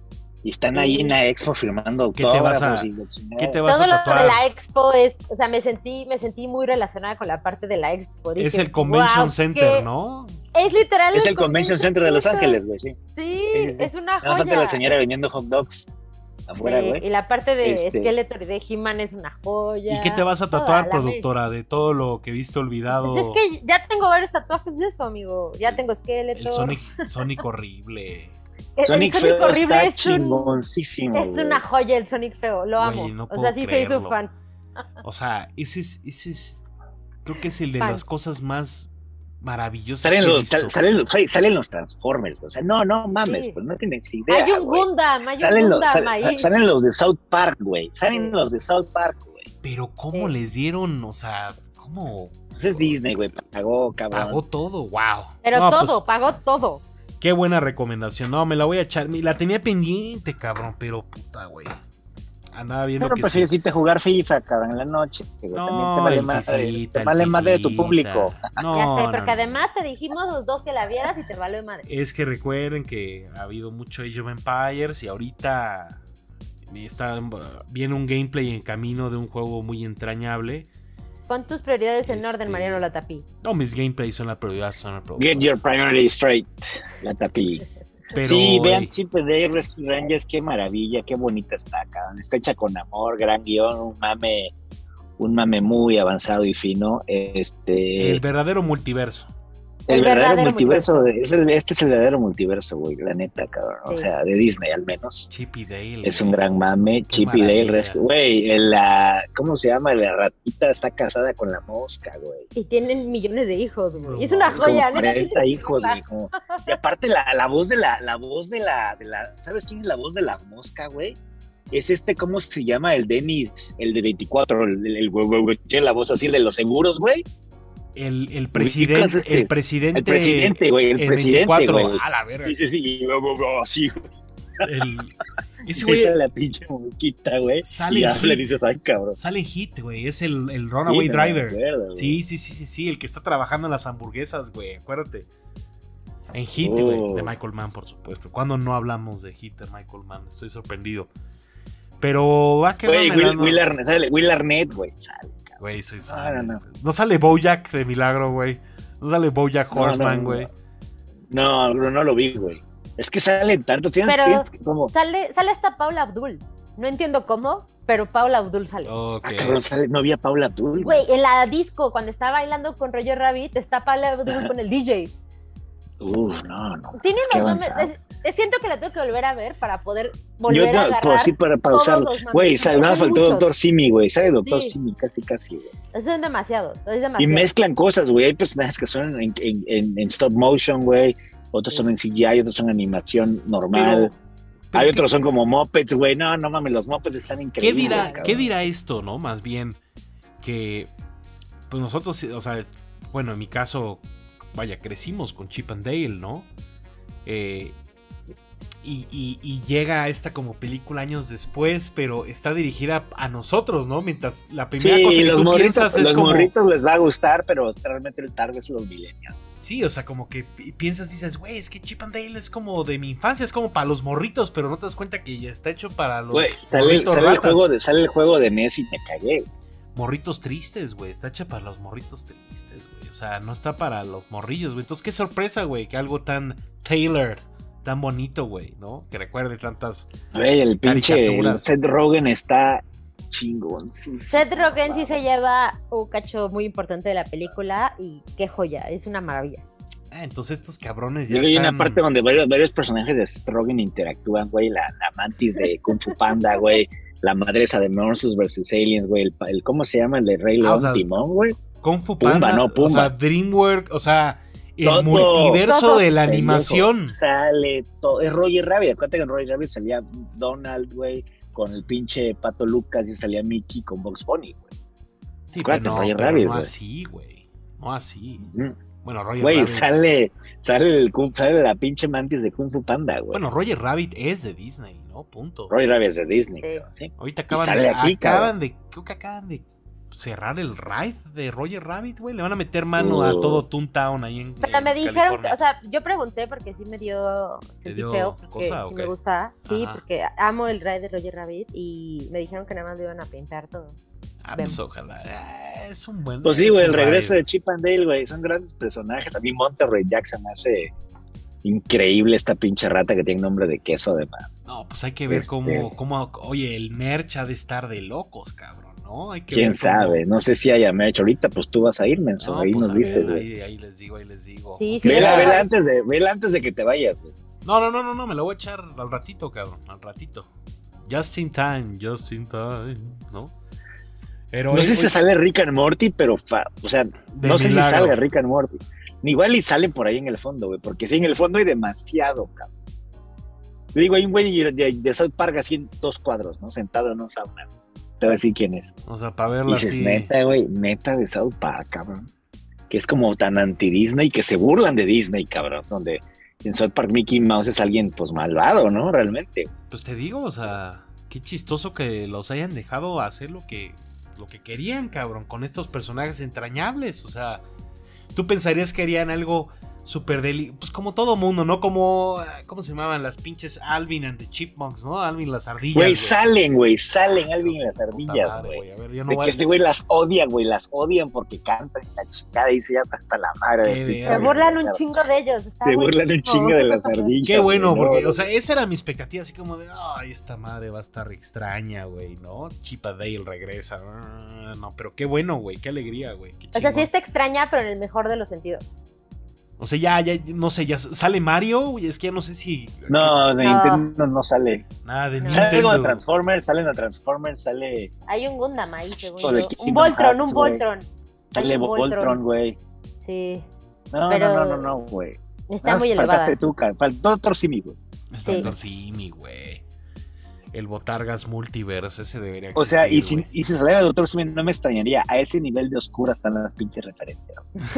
Y están Sí. ahí en la expo firmando ¿Qué te vas a- autógrafos y la chingada. ¿Qué te vas Todo a lo tatuar? de la expo es, o sea, me sentí, me sentí muy relacionada con la parte de la expo. Dije, Es el Convention "Wow, Center, qué-". ¿no? Es literal Es el Convention Center de Los Ángeles, güey, sí. Sí, Sí, sí. es una Nada más falta joya. la señora vendiendo hot dogs afuera, Sí, güey. y la parte de Este- Skeletor y de He-Man es una joya. ¿Y qué te vas a Toda tatuar, la productora, de todo lo que viste olvidado? Pues es que ya tengo varios tatuajes de eso, amigo. Ya tengo Skeletor. El Sonic, Sonic horrible. El- Sonic el feo horrible está es, un- chingoncísimo, es güey. una joya el Sonic feo, lo Güey, amo. no o puedo sea, sí soy creerlo. su fan. O sea, ese es, ese es, creo que es el de Fan. las cosas más maravillosas Salen que he los, visto. sal- salen, los- salen los Transformers, güey. O sea, no, no mames, Sí. pues no tienes idea, Hay un güey. Gundam, hay un Salen, los, Gundam sal- ahí. salen los de South Park, güey. Salen Sí. los de South Park, güey. Pero cómo Sí. les dieron, o sea, cómo Ese es Disney, güey. Pagó, cabrón. pagó todo, wow. Pero No, todo, pues, pagó todo. qué buena recomendación. No, me la voy a echar. Me- La tenía pendiente, cabrón, pero puta, güey. Andaba viendo Pero que pues sí. si irte a jugar FIFA, cabrón, en la noche. Güey. También te No, vale el madre, fifita, te el vale madre de tu fifita. público. No, ya sé, no, porque no. además te dijimos los dos que la vieras y te valió madre. Es que recuerden que ha habido mucho Age of Empires y ahorita está, viene un gameplay en camino de un juego muy entrañable. Pon tus prioridades en Este- orden, Mariano Latapí. No, mis gameplays son la prioridad, son la prioridad. Get your priority straight, la tapi. Pero, sí, vean ey, Chip and Dale Rescue Rangers, qué maravilla, qué bonita está, cabrón. Está hecha con amor, gran guión, un mame, un mame muy avanzado y fino. Este, el verdadero multiverso. el el verdadero, verdadero multiverso, de- es el- este es el verdadero multiverso, güey, la neta, cabrón. O Sí. sea, de Disney al menos. Chip y Dale. Es güey. un gran mame. Qué Chip y Dale maravilla. Rescue. Güey, el, la, ¿cómo se llama? La ratita está casada con la mosca, güey. Y tienen millones de hijos, güey. No, es una como joya, Como neta, cuarenta tienes que hijos, verla. güey. como- Y aparte la, la voz de la, la voz de la, de la, ¿sabes quién es la voz de la mosca, güey? Es este, ¿cómo se llama? El Dennis, el de veinticuatro, el, el, el güey, güey, güey, tiene la voz así, el de los seguros, güey. El, el Ubicas presidente. este- el presidente. el presidente, güey, el en presidente, veinticuatro. güey. A la verga. Sí, sí, sí, y luego, luego, así, güey. El, ese güey Esa es la pinche mosquita, güey. Sale Y ya en le Hit. dices, ay, cabrón. sale en Hit, güey. Es el, el Sí, Runaway no me Driver. acuerdo, güey. Sí, sí, sí, sí, sí, el que está trabajando en las hamburguesas, güey, acuérdate. En Hit, Oh. güey, de Michael Mann, por supuesto. Cuando no hablamos de Hit de Michael Mann, estoy sorprendido. Pero va que Güey, va Will, melando. Will Arnett, sale, Will Arnett, güey, sale, cabrón. Güey, soy No, fan. no, no. No sale Bojack de milagro, güey. No sale Bojack No, no, Horseman, no. güey. No, no, no lo vi, güey. Es que salen tanto, tienes, Pero- tienes como... Sale, sale hasta Paula Abdul. No entiendo cómo, pero Paula Abdul sale. Ok. Ah, cabrón, sale, no había Paula Abdul, Güey, en la disco, cuando está bailando con Roger Rabbit, está Paula Abdul con el D J. Uf, no, no. Tiene es que unos nombres. avanzado. es- es- siento que la tengo que volver a ver para poder Yo volver a no, agarrar. pues sí, para pausarlo. todos los Güey, mames, sale- nada son faltó muchos. Doctor Simi, güey. Sale Doctor Sí. Simi, casi, casi, güey. Son demasiados, es demasiado. Y mezclan cosas, güey. Hay personajes que son en, en, en, en stop motion, güey. Otros son en C G I, otros son animación normal. Pero- pero Hay ¿qué- otros son como mopeds, güey. No, no mames, los mopeds están ¿Qué increíbles. dirá, cabrón. ¿Qué dirá esto, no? Más bien que, pues nosotros, o sea, bueno, en mi caso, vaya, crecimos con Chip and Dale, ¿no? Eh, y, y- y llega esta como película años después, pero está dirigida a nosotros, ¿no? Mientras la primera Sí, cosa que los tú morritos, piensas es los como... morritos les va a gustar, pero realmente el target es los millennials. Sí, o sea, como que pi- piensas, dices, güey, es que Chip and Dale es como de mi infancia, es como para los morritos, pero no te das cuenta que ya está hecho para los Güey, sale, morritos sale el ratas. juego de, sale el juego de N E S y me cagué. Morritos tristes, güey. Está hecha para los morritos tristes, güey. O sea, no está para los morrillos, güey. Entonces, qué sorpresa, güey, que algo tan tailored, tan bonito, güey, ¿no? Que recuerde tantas... Güey, el pinche el Caricaturas. Seth Rogen está chingón. Sí, sí. Seth Rogen sí se lleva un cacho muy importante de la película y qué joya, es una maravilla. Ah, entonces estos cabrones ya Yo vi están... una parte donde varios, varios personajes de Seth Rogen interactúan, güey. La, la mantis de Kung Fu Panda, güey. La madre esa de Monsters versus. Aliens, güey. El, el- ¿Cómo se llama? El de Rey Ah, León, o sea, Timón, güey. Kung Fu Pumba, Panda, no, o Pumba. sea, DreamWorks, o sea, el Todo. multiverso Todo. de la Pendejo, animación. Sale todo. Es Roger Rabbit. Acuérdate que en Roger Rabbit salía Donald, güey. Con el pinche Pato Lucas y salía Mickey con Bugs Bunny, güey. Sí, Acuérdate, pero no, Roger pero Rabbit, no güey. así, güey. No así. Ujú. Bueno, Roger Güey, Rabbit... sale, sale, el, Kung- sale la pinche mantis de Kung Fu Panda, güey. Bueno, Roger Rabbit es de Disney, ¿no? Punto. Roger Rabbit es de Disney, Sí. creo, ¿sí? Ahorita acaban sale de, aquí, acaban cabrón. de, creo que acaban de cerrar el ride de Roger Rabbit, güey. Le van a meter mano uh. a todo Toontown ahí en Pero en me dijeron, California. O sea, yo pregunté porque sí me dio, sentí dio feo, porque cosa, sí ¿o me qué? gusta, sí, Ajá. porque amo el ride de Roger Rabbit y me dijeron que nada más lo iban a pintar todo. Ah, Ven. pues ojalá. Eh, es un buen. Pues sí, es güey, un el regreso ride. de Chip and Dale, güey, son grandes personajes. A mí Monterrey Jackson me hace increíble esta pinche rata que tiene nombre de queso, además. No, pues hay que ver Este- cómo, cómo. Oye, el merch ha de estar de locos, cabrón, ¿no? Hay que ¿Quién ver cómo- sabe? No sé si haya merch. Ahorita, pues tú vas a ir, menso. No, ahí pues, nos a ver, dices, güey. ahí, ahí les digo, ahí les digo. Sí, Aunque sí, Vela, sea- vela antes de, vela antes de que te vayas, güey. No, no, no, no, no, me lo voy a echar al ratito, cabrón, al ratito. Just in time, just in time, ¿no? Pero No eh, sé si oye, sale Rick and Morty, pero, fa- o sea, De no sé milagro. si salga Rick and Morty. Igual y salen por ahí en el fondo, güey, porque sí, en el fondo hay demasiado, cabrón. Digo, hay un güey de, de, de South Park así en dos cuadros, ¿no? Sentado en un sauna. Te voy a decir quién es. o sea, para Y verla dices, así. neta, güey, neta de South Park, cabrón. Que es como tan anti-Disney que se burlan de Disney, cabrón. Donde en South Park Mickey Mouse es alguien, pues, malvado, ¿no? Realmente. Pues te digo, o sea, qué chistoso que los hayan dejado hacer lo que, lo que querían, cabrón, con estos personajes entrañables. O sea, tú pensarías que harían algo súper deli... Pues como todo mundo, ¿no? Como, ¿cómo se llamaban? Las pinches Alvin and the Chipmunks, ¿no? Alvin las ardillas. Güey, güey. salen, güey, salen Alvin y las Puta ardillas, madre, güey. A ver, yo no De voy que a... ese güey las odia, güey, las odian porque cantan y la chingada y se ya está hasta la madre. Qué de pinche verga. Se burlan un ardilla. chingo de ellos. Está Se burlan un buenísimo. chingo de las ardillas. Qué bueno, güey, no, porque, no, o sea, esa era mi expectativa, así como de, ay, esta madre va a estar extraña, güey, ¿no? Chip and Dale regresa. Ah, No, pero qué bueno, güey, qué alegría, güey. qué O sea, sí chingón. está extraña, pero en el mejor de los sentidos. O sea, ya, ya, no sé, ya sale Mario, y es que ya no sé si... No, de No. Nintendo no sale. Nada de No. Sale algo de Nintendo. Transformers, salen de Transformers, sale, Hay un Gundam ahí, según Hijo de yo. Kingdom Un Voltron, Hearts, un güey. Voltron. sale Hay un Voltron, güey. Sí, No, Pero- no, no, no, no, güey. está Nada más muy elevada. Faltaste tú, ca- faltó Doctor Simi, güey. El Sí. Doctor Simi, güey. El Botargas Multiverse, ese debería O existir, sea, y si, güey. y si saliera Doctor Simi, no me extrañaría. A ese nivel de oscura están las pinches referencias.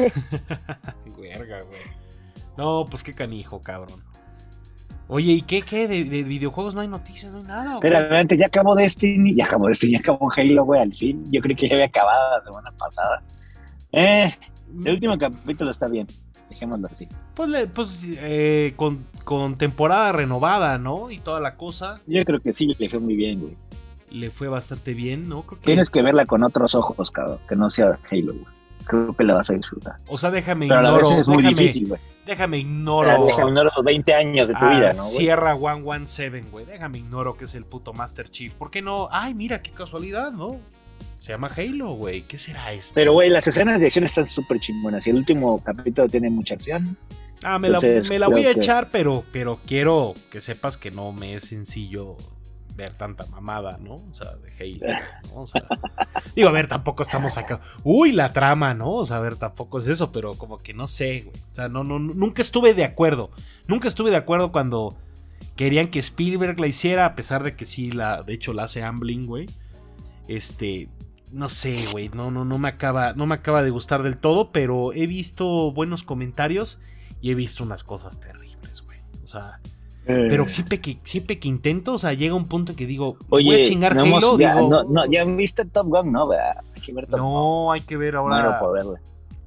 Verga, güey. No, pues qué canijo, cabrón. Oye, ¿y qué, qué? ¿De, de videojuegos no hay noticias, no hay nada? ¿o qué? Pero antes ya acabó Destiny, ya acabó Destiny, ya acabó Halo, güey, al fin. Yo creí que ya había acabado la semana pasada. Eh, el último capítulo está bien, dejémoslo así. Pues, le- pues eh, con, con temporada renovada, ¿no? Y toda la cosa. Yo creo que sí, le fue muy bien, güey. Le fue bastante bien, ¿no? Creo que... Tienes que verla con otros ojos, cabrón, que no sea Halo, güey. Creo que la vas a disfrutar. O sea, déjame Pero a la vez ignoro, es muy déjame, difícil, güey. déjame O ignoro. sea, déjame ignorar los veinte años de tu a vida, ¿no, güey? Sierra ciento diecisiete, güey. Déjame ignoro que es el puto Master Chief. ¿Por qué no? Ay, mira, qué casualidad, ¿no? Se llama Halo, güey. ¿Qué será esto? Pero, güey, las escenas de acción están súper chingonas. Y el último capítulo tiene mucha acción. Ah, me la, Entonces, me la voy a creo que- echar, pero, pero quiero que sepas que no me es sencillo ver tanta mamada, ¿no? O sea, de Halo, ¿no? O sea, digo, a ver, tampoco estamos acá. Uy, la trama, ¿no? O sea, a ver, tampoco es eso, pero como que no sé, güey. O sea, no, no, nunca estuve de acuerdo. Nunca estuve de acuerdo cuando querían que Spielberg la hiciera, a pesar de que sí, la, de hecho, la hace Amblin, güey. Este, no sé, güey, no, no, no me acaba, no me acaba de gustar del todo, pero he visto buenos comentarios y he visto unas cosas terribles, güey. O sea, Eh, pero siempre que, siempre que intento, o sea, llega un punto en que digo, me Oye, voy a chingar no Halo, hemos- ya, digo, no, no, ya viste Top Gun, ¿no? ¿Verdad? Hay que ver Top Gun. no, hay que ver Muero ahora. por verla.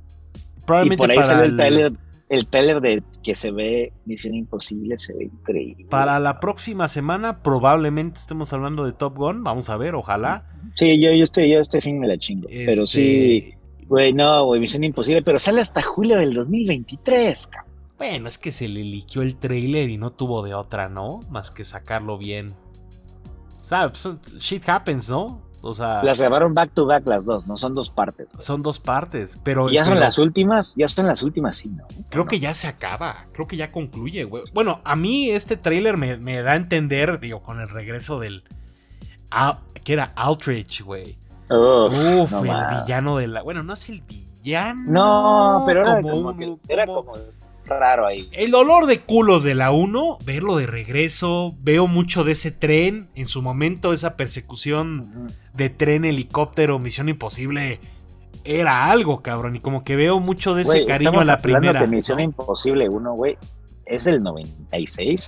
Y Probablemente por ahí para sale el el- trailer, el trailer de que se ve Misión Imposible, se ve increíble. para la próxima semana probablemente estemos hablando de Top Gun, vamos a ver, ojalá. Sí, yo, yo, este, yo este fin me la chingo. Pero Este, sí, güey, no, güey, Misión Imposible, pero sale hasta julio del dos mil veintitrés, cabrón. Bueno, es que se le liquió el trailer y no tuvo de otra, ¿no? Más que sacarlo bien. ¿Sabes? Shit happens, ¿no? O sea, Las grabaron back to back las dos, ¿no? Son dos partes. güey. son dos partes, pero... Y ya son pero las últimas, ya son las últimas, sí, ¿no? creo ¿No? que ya se acaba, creo que ya concluye, güey. Bueno, a mí este trailer me, me da a entender, digo, con el regreso del... Al- que era Aldrich, güey. Uf, Uf, no el mames. villano de la... Bueno, no es el villano. No, pero era como, un- que, era como- como raro ahí. El dolor de culos de la uno, verlo de regreso, veo mucho de ese tren, en su momento esa persecución Ujú. de tren, helicóptero, Misión Imposible, era algo, cabrón, y como que veo mucho de ese Güey, cariño a estamos la hablando primera. que Misión ¿no? Imposible uno, güey, es el noventa y seis.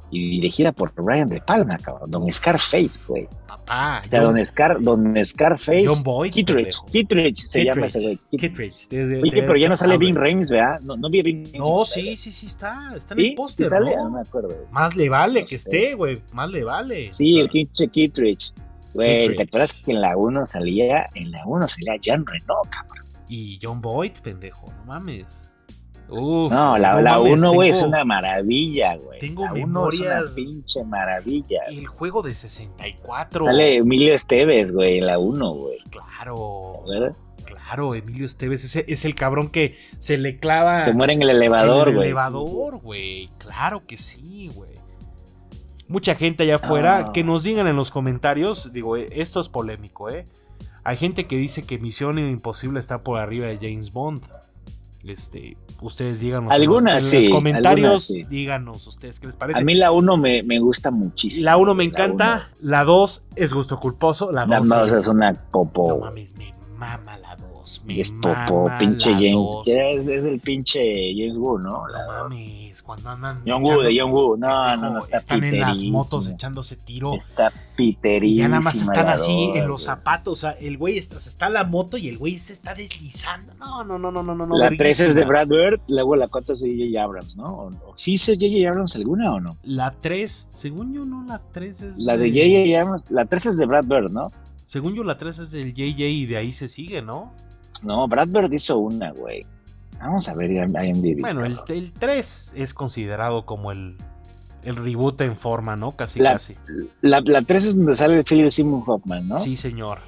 y dirigida por Brian De Palma, cabrón. Don Scarface, güey. Papá. O sea, Don, Scar, Don Scarface. John Boyd. Kittredge. Kittredge se llama ese güey. Kittredge. Oye, pero ya no sale Ving Rhames, ¿verdad? No, no vi a Ving Rhames. No, sí, sí, sí está. Está en ¿Sí? el póster, ¿Sí sale? ¿no? No me acuerdo. Más le vale No que sé. esté, güey. Más le vale. Sí, O sea, el pinche Kittredge. Güey, Kittredge. ¿te acuerdas que en la uno salía, en la uno salía Jean Reno, cabrón? Y John Boyd, pendejo, no mames. Uf, No, la, no la mames, uno, güey, tengo- es una maravilla, güey. tengo La uno memorias- es una pinche maravilla. El juego de sesenta y cuatro. Sale Emilio Esteves, güey, en la uno, güey. Claro, ¿Verdad? claro, Emilio Esteves ese es el cabrón que se le clava Se muere en el elevador, en el güey. elevador, güey. Claro que sí, güey. Mucha gente allá afuera, Ah. que nos digan en los comentarios, digo, eh, esto es polémico, ¿eh? Hay gente que dice que Misión Imposible está por arriba de James Bond. Este, ustedes díganos Algunas en sí, los comentarios, algunas sí. díganos ustedes qué les parece. A mí la uno me, me gusta muchísimo. La uno me güey, encanta, la dos es gusto culposo, la La dos dos es, es una no popo. mames, me mama la dos, me Es popo, mama pinche la James. dos. ¿Qué es? Es el pinche James Woo, ¿no? No mames, cuando andan John Woo, de echando- John Woo. No, pendejo, no, no, está están en las piterísimo. motos echándose tiro. Está piterísimo. Y ya nada más están la así dos, en los güey. zapatos. O sea, el güey está, o sea, está en la moto y el güey se está deslizando. No, no, no, no, no, no. no, La tres es de verguísima. Brad Bird, luego la cuatro es de J J Abrams, ¿no? ¿O, o sí es J J Abrams alguna o no? La tres, según yo, no, la tres es. La de J J Abrams, la tres es de Brad Bird, ¿no? Según yo, la tres es del J J y de ahí se sigue, ¿no? No, Brad Bird hizo una, güey. Vamos a ver I M D B. Bueno, el, el tres es considerado como el, el reboot en forma, ¿no? Casi, La, casi. la, la tres es donde sale Philip Seymour Hoffman, ¿no? Sí, señor.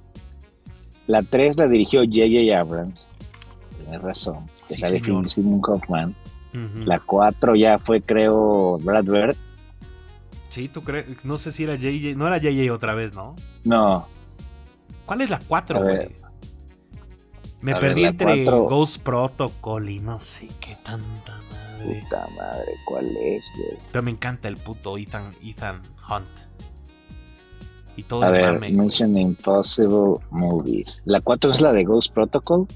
La tres la dirigió J J Abrams. Tienes razón. Que Sí, sale señor. Philip Seymour Hoffman. Ujú. La cuatro ya fue, creo, Brad Bird. Sí, tú crees. No sé si era J J. No era J J otra vez, ¿no? No, ¿Cuál es la cuatro, A ver. güey? Me A perdí ver, la entre cuatro. Ghost Protocol y no sé qué tanta madre. puta madre, ¿cuál es, güey? Pero me encanta el puto Ethan, Ethan Hunt. Y todo A el ver, mame. Mission Impossible Movies. La cuatro es la de Ghost Protocol.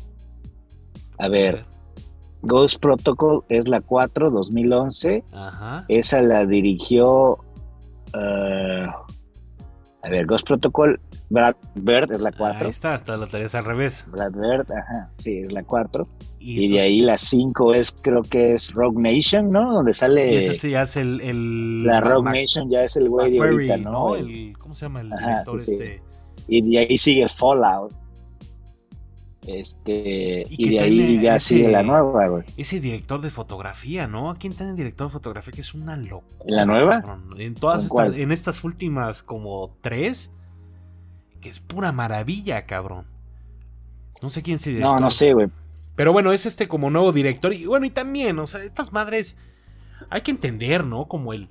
A ver, Ghost Protocol es la cuatro, dos mil once. Ajá. Esa la dirigió. eh, a ver, Ghost Protocol, Brad Bird es la cuatro. Ahí está, todas las tareas al revés. Brad Bird, ajá, sí, es la cuatro. Y, Y de ahí la cinco es, creo que es Rogue Nation, ¿no? Donde y sale. ese sí hace el. el La Mac- Rogue Mac- Nation ya es el güey de McQuarrie, ahorita, ¿no? El- El- ¿Cómo se llama el Ajá, director sí, sí. este? Y de ahí sigue Fallout. Este, Y y, que de tiene ahí ya ese- sigue la nueva, güey. Ese director de fotografía, ¿no? ¿Quién tiene director de fotografía? Que es una locura. ¿En la nueva? cabrón. En todas ¿En estas, cuál? en estas últimas como tres, que es pura maravilla, cabrón. No sé quién es el director. No, no sé, güey. Pero bueno, es este como nuevo director. Y bueno, y también, o sea, estas madres hay que entender, ¿no? Como el,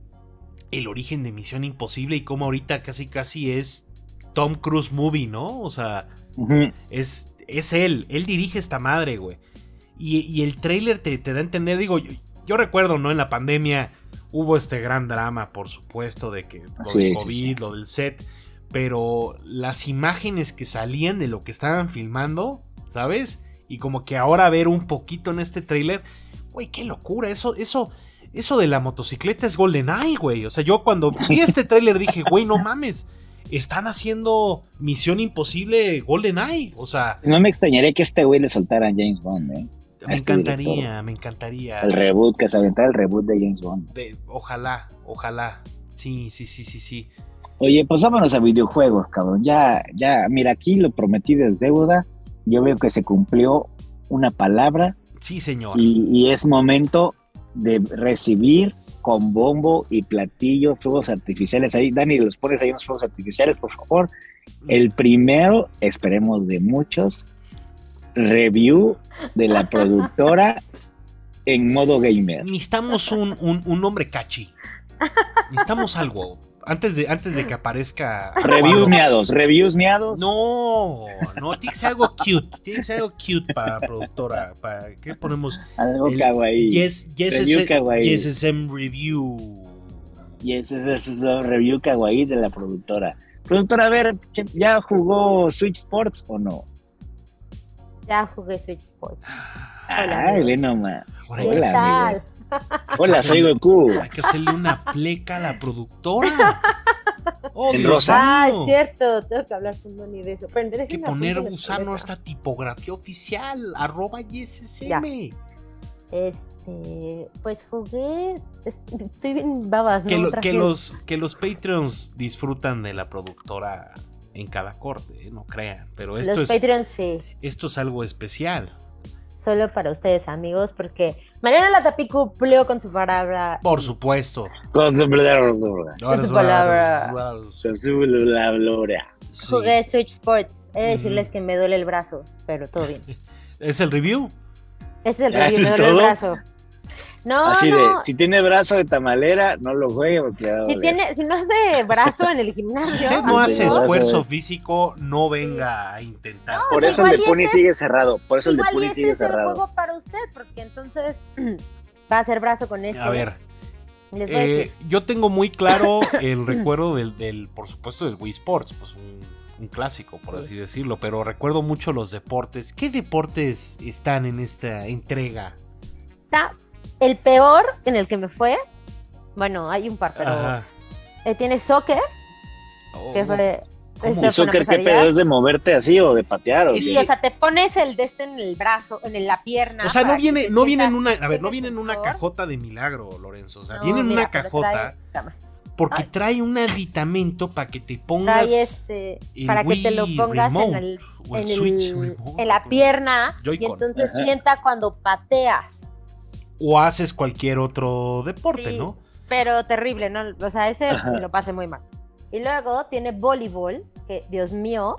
el origen de Misión Imposible y cómo ahorita casi casi es Tom Cruise movie, ¿no? O sea, Ujú. es, es él, él dirige esta madre, güey. Y, y el tráiler te, te da a entender, digo, yo, yo recuerdo, ¿no? En la pandemia hubo este gran drama, por supuesto, de que lo Sí, de sí, COVID, sí. lo del set, pero las imágenes que salían de lo que estaban filmando, ¿sabes? Y como que ahora ver un poquito en este tráiler, güey, qué locura, eso, eso, eso de la motocicleta es GoldenEye, güey. O sea, yo cuando vi este tráiler dije, güey, no mames, están haciendo Misión Imposible GoldenEye, o sea, No me extrañaría que este güey le soltara a James Bond, ¿eh? A me este encantaría, director. me encantaría. El reboot, que se aventara el reboot de James Bond. De- ojalá, ojalá. Sí, sí, sí, sí, sí. Oye, pues vámonos a videojuegos, cabrón. Ya, ya, mira, aquí lo prometido es deuda. Yo veo que se cumplió una palabra Sí, señor. y, y es momento de recibir con bombo y platillo fuegos artificiales. Ahí, Dani, los pones ahí unos fuegos artificiales, por favor. El primero, esperemos de muchos, review de la productora en modo gamer. Necesitamos un, un, un nombre catchy. Necesitamos algo. Antes de, antes de que aparezca. Reviews Aguado. miados, reviews miados. No, no, tiene que ser algo cute. Tiene que ser algo cute para productora. Para, ¿qué ponemos? Algo El kawaii. Yes, yes, Review ese- kawaii. yes, ese review. Y ese es, ese es un review kawaii de la productora. Productora, a ver, ¿ya jugó Switch Sports o no? Ya jugué Switch Sports. Ay, ve nomás. Ahora hay ¿Qué que Hola, tal? amigos. Hola, soy Goku. Hay que hacerle una pleca a la productora. Oh, En Dios rosa. Ah, mío. es cierto, tengo que hablar con Moni de eso. Pero Hay que déjenme poner apunto la usando libreta. esta tipografía oficial, arroba Y S S M. Este, pues jugué, es- estoy bien babas, ¿no? Que, lo- Traje- que los, que los Patreons disfrutan de la productora en cada corte, ¿eh? No crean. Pero esto los es, Patreons sí, esto es algo especial. solo para ustedes amigos, porque Mariana Latapí cumplió con su palabra. Por supuesto. Con su palabra. Ahora su es- palabra. Con su palabra. Sí. Jugué Switch Sports, he de decirles Ujú. que me duele el brazo, pero todo bien. ¿Es el review? Ese es el ¿Ah, review, eso me es duele el todo? brazo. No, Así no, de, si tiene brazo de tamalera, no lo juegue porque va a si, doler. tiene, si no hace brazo en el gimnasio, Si usted no Ah, hace sí. esfuerzo físico, no venga a intentar. Por o sea, eso el de igual y Puni este- sigue cerrado. Por eso el de igual y Puni este sigue es el cerrado. juego para usted, porque entonces va a hacer brazo con este. A ver, Les voy a eh, decir. yo tengo muy claro el recuerdo del, del, por supuesto, del Wii Sports, pues un, un clásico, por así decirlo, pero recuerdo mucho los deportes. ¿Qué deportes están en esta entrega? Está el peor en el que me fue. Bueno, hay un par, pero Ajá. eh, tiene soccer, Oh, que fue. ¿Cómo? esta ¿Y fue una soccer qué pesadilla. pedo? ¿Es de moverte así o de patear? ¿o Es qué? Sí, o sea, te pones el de este en el brazo, en la pierna. O sea, no para que viene, se no viene en sienta- una, a ver, no tenga viene en una sensor. cajota de milagro, Lorenzo. O sea, No, viene en mira, una pero cajota trae- toma, porque Ay. trae un aditamento para que te pongas trae este el para que te lo Wii pongas en, Remote el, o el en, Switch el- Remote, en la o- pierna y Joy-Con. entonces Ajá. sienta cuando pateas. o haces cualquier otro deporte, Sí. ¿no? Pero terrible, ¿no? O sea, ese Ajá. me lo pasé muy mal. Y luego tiene voleibol, que Dios mío,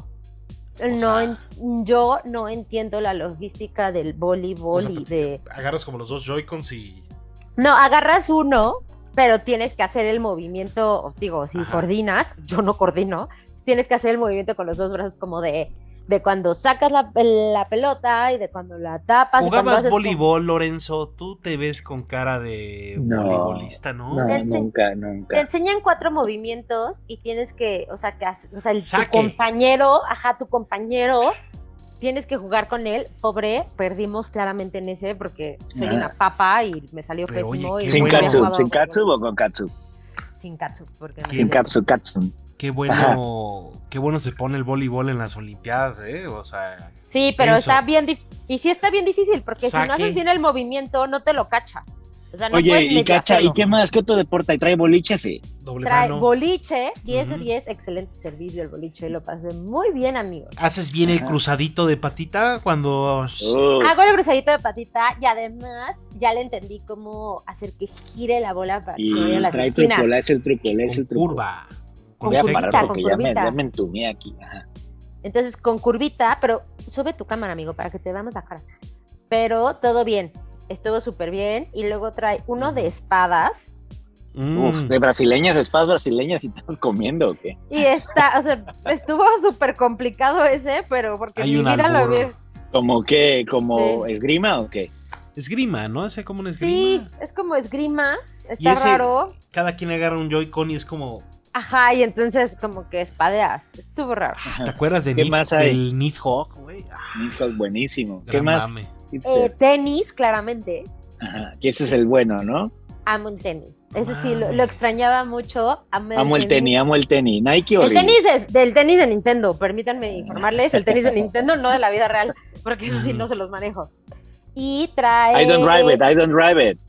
O no sea- en- yo no entiendo la logística del voleibol O sea, y de... Agarras como los dos Joy-Cons y No, agarras uno, pero tienes que hacer el movimiento, digo, si Ajá. coordinas, yo no coordino, tienes que hacer el movimiento con los dos brazos como de, de cuando sacas la, la pelota y de cuando la tapas. y cuando jugabas haces voleibol, Lorenzo. Tú te ves con cara de No. voleibolista, ¿no? No, Te ense- nunca, Te nunca. enseñan cuatro movimientos y tienes que, o sea, que hace- o sea, el, tu Saque. compañero, ajá, tu compañero, tienes que jugar con él. Pobre, perdimos claramente en ese porque soy Ah. una papa y me salió Pero, pésimo. oye, y qué ¿Sin bueno. nunca he katsu? jugado ¿Sin voleibol. katsu o con katsu? Sin katsu, porque no Qué Sin sé. katsu, katsu. Qué bueno, qué bueno se pone el voleibol en las Olimpiadas, ¿eh? O sea, Sí, pero Tenso. está bien difícil. Y sí está bien difícil, porque si no Saque. haces bien el movimiento, no te lo cacha. O sea, no Oye, puedes y medio cacha, ¿y hacerlo. qué más? ¿Qué otro deporte hay? ¿Trae boliche? Sí. doble Trae mano. boliche, diez de Ujú. diez, excelente servicio el boliche, lo pasé muy bien, amigos. Haces bien el Ajá. cruzadito de patita cuando... Oh, Hago el cruzadito de patita y además ya le entendí cómo hacer que gire la bola para que se vaya a y las trae esquinas. truco, le hace el truco, le hace con el truco. curva. Con Voy a curvita, parar con porque ya me, curvita. ya me entumé aquí. Ajá. Entonces con curvita, pero sube tu cámara, amigo, para que te veamos la cara. Pero todo bien, estuvo súper bien. Y luego trae uno de espadas. Mm. Uf, de brasileñas, espadas brasileñas y estamos comiendo, ¿o qué? Y está, o sea, estuvo súper complicado ese, pero porque Hay en mi un vida lo albur. vi. ¿Como qué? ¿Como Sí. esgrima o qué? Esgrima, ¿no? Ese como un esgrima. Sí, es como esgrima, está Y ese- raro. Cada quien agarra un Joy-Con y es como... Ajá, y entonces como que espadeas. Estuvo raro. ¿Te acuerdas de ¿Qué Nid- más hay? del Nidhogg, güey? Ah, Nico, buenísimo. ¿Qué gran más? mame. Hipster? Eh, tenis, claramente. Ajá, que ese es el bueno, ¿no? Amo el tenis. Ese sí, lo, Mames. lo extrañaba mucho. Amé Amo el tenis, amo el tenis. Nike o El Reebok? tenis es del tenis de Nintendo, permítanme informarles, el tenis de Nintendo, no de la vida real, porque eso sí no se los manejo. Y trae... I don't drive it, I don't drive it.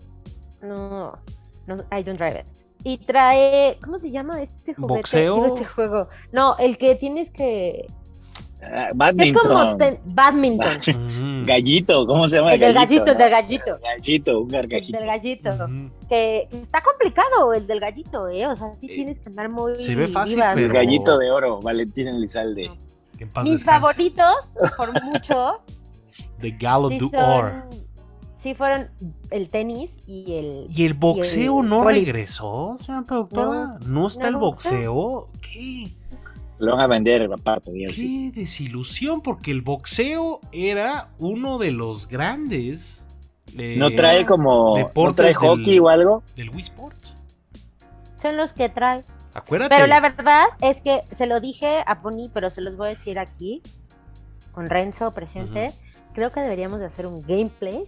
No, no, I don't drive it. Y trae, ¿cómo se llama este juguete? ¿Boxeo? Digo, este juego. No, el que tienes que... Ah, Es como badminton. te- badminton. Ujú. Gallito, ¿cómo se llama? El del gallito, el ¿no? del gallito. Gallito, un El gargajito. del gallito. Ujú. Que está complicado el del gallito, ¿eh? O sea, sí Eh, tienes que andar muy... se ve fácil, vivas. El pero- gallito de oro, Valentín Elizalde. Que en paz Mis descanse. favoritos, por mucho, The Gallo sí, du son- Or. sí fueron el tenis y el... ¿Y el boxeo y el no vóley. regresó, señora productora? ¿No, está no, el no boxeo? ¿Qué? Lo van a vender aparte, ya sí. Qué desilusión, porque el boxeo era uno de los grandes. eh, ¿No trae como, no deportes trae del- hockey o algo? Del Wii Sports. Son los que trae. Acuérdate. Pero la verdad es que se lo dije a Pony, pero se los voy a decir aquí, con Renzo presente, Ujú. creo que deberíamos de hacer un gameplay.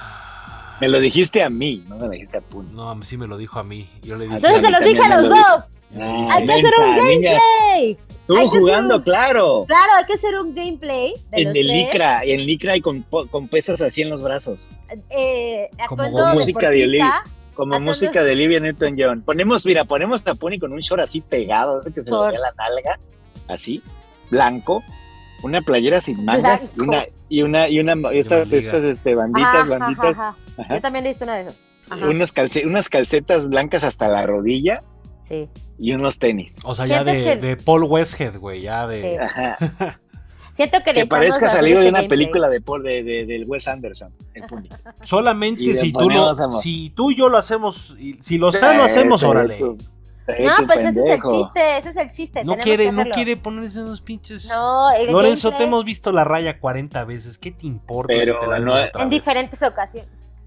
Me lo dijiste a mí, no me lo dijiste a Puni. No, sí me lo dijo a mí. Yo le dije. Entonces se los dije a los dos. Ah, Hay que hacer un gameplay. Tú Hay que jugando, un... claro. Claro, hay que hacer un gameplay. De En los el tres. licra, en licra y con, con pesas así en los brazos. Eh, Como atuendo música de deportista, Como Atuendo- música de Olivia Newton-John. Ponemos, mira, ponemos a Puni con un short así pegado, ese que se le Short. ve la nalga, así, blanco, una playera sin mangas y Blanco. una, y una, y una, estas, una liga. estas este, banditas, Ajá, banditas, ajá, ajá. ajá. Yo también he visto una de esas. Ajá, unos calce- unas calcetas blancas hasta la rodilla sí. y unos tenis. O sea, ya de, Siento que- de Paul Westhead, güey, ya de... Sí. Ajá. Siento que Que necesitamos parezca hacer salido este de una gameplay. película de, Paul- de, de, del Wes Anderson, el Puni. Solamente Y le si tú lo, ponemos amor. si tú y yo lo hacemos, y- si los tres lo hacemos, Eh, órale. tú- eh, No, tú pues ese es el pendejo. chiste, ese es el chiste. No tenemos quiere, que no hacerlo. quiere ponerse unos pinches. No, el Lorenzo, te gameplay hemos visto la raya cuarenta veces. ¿Qué te importa Pero si te la no- vemos otra en vez? diferentes ocasiones.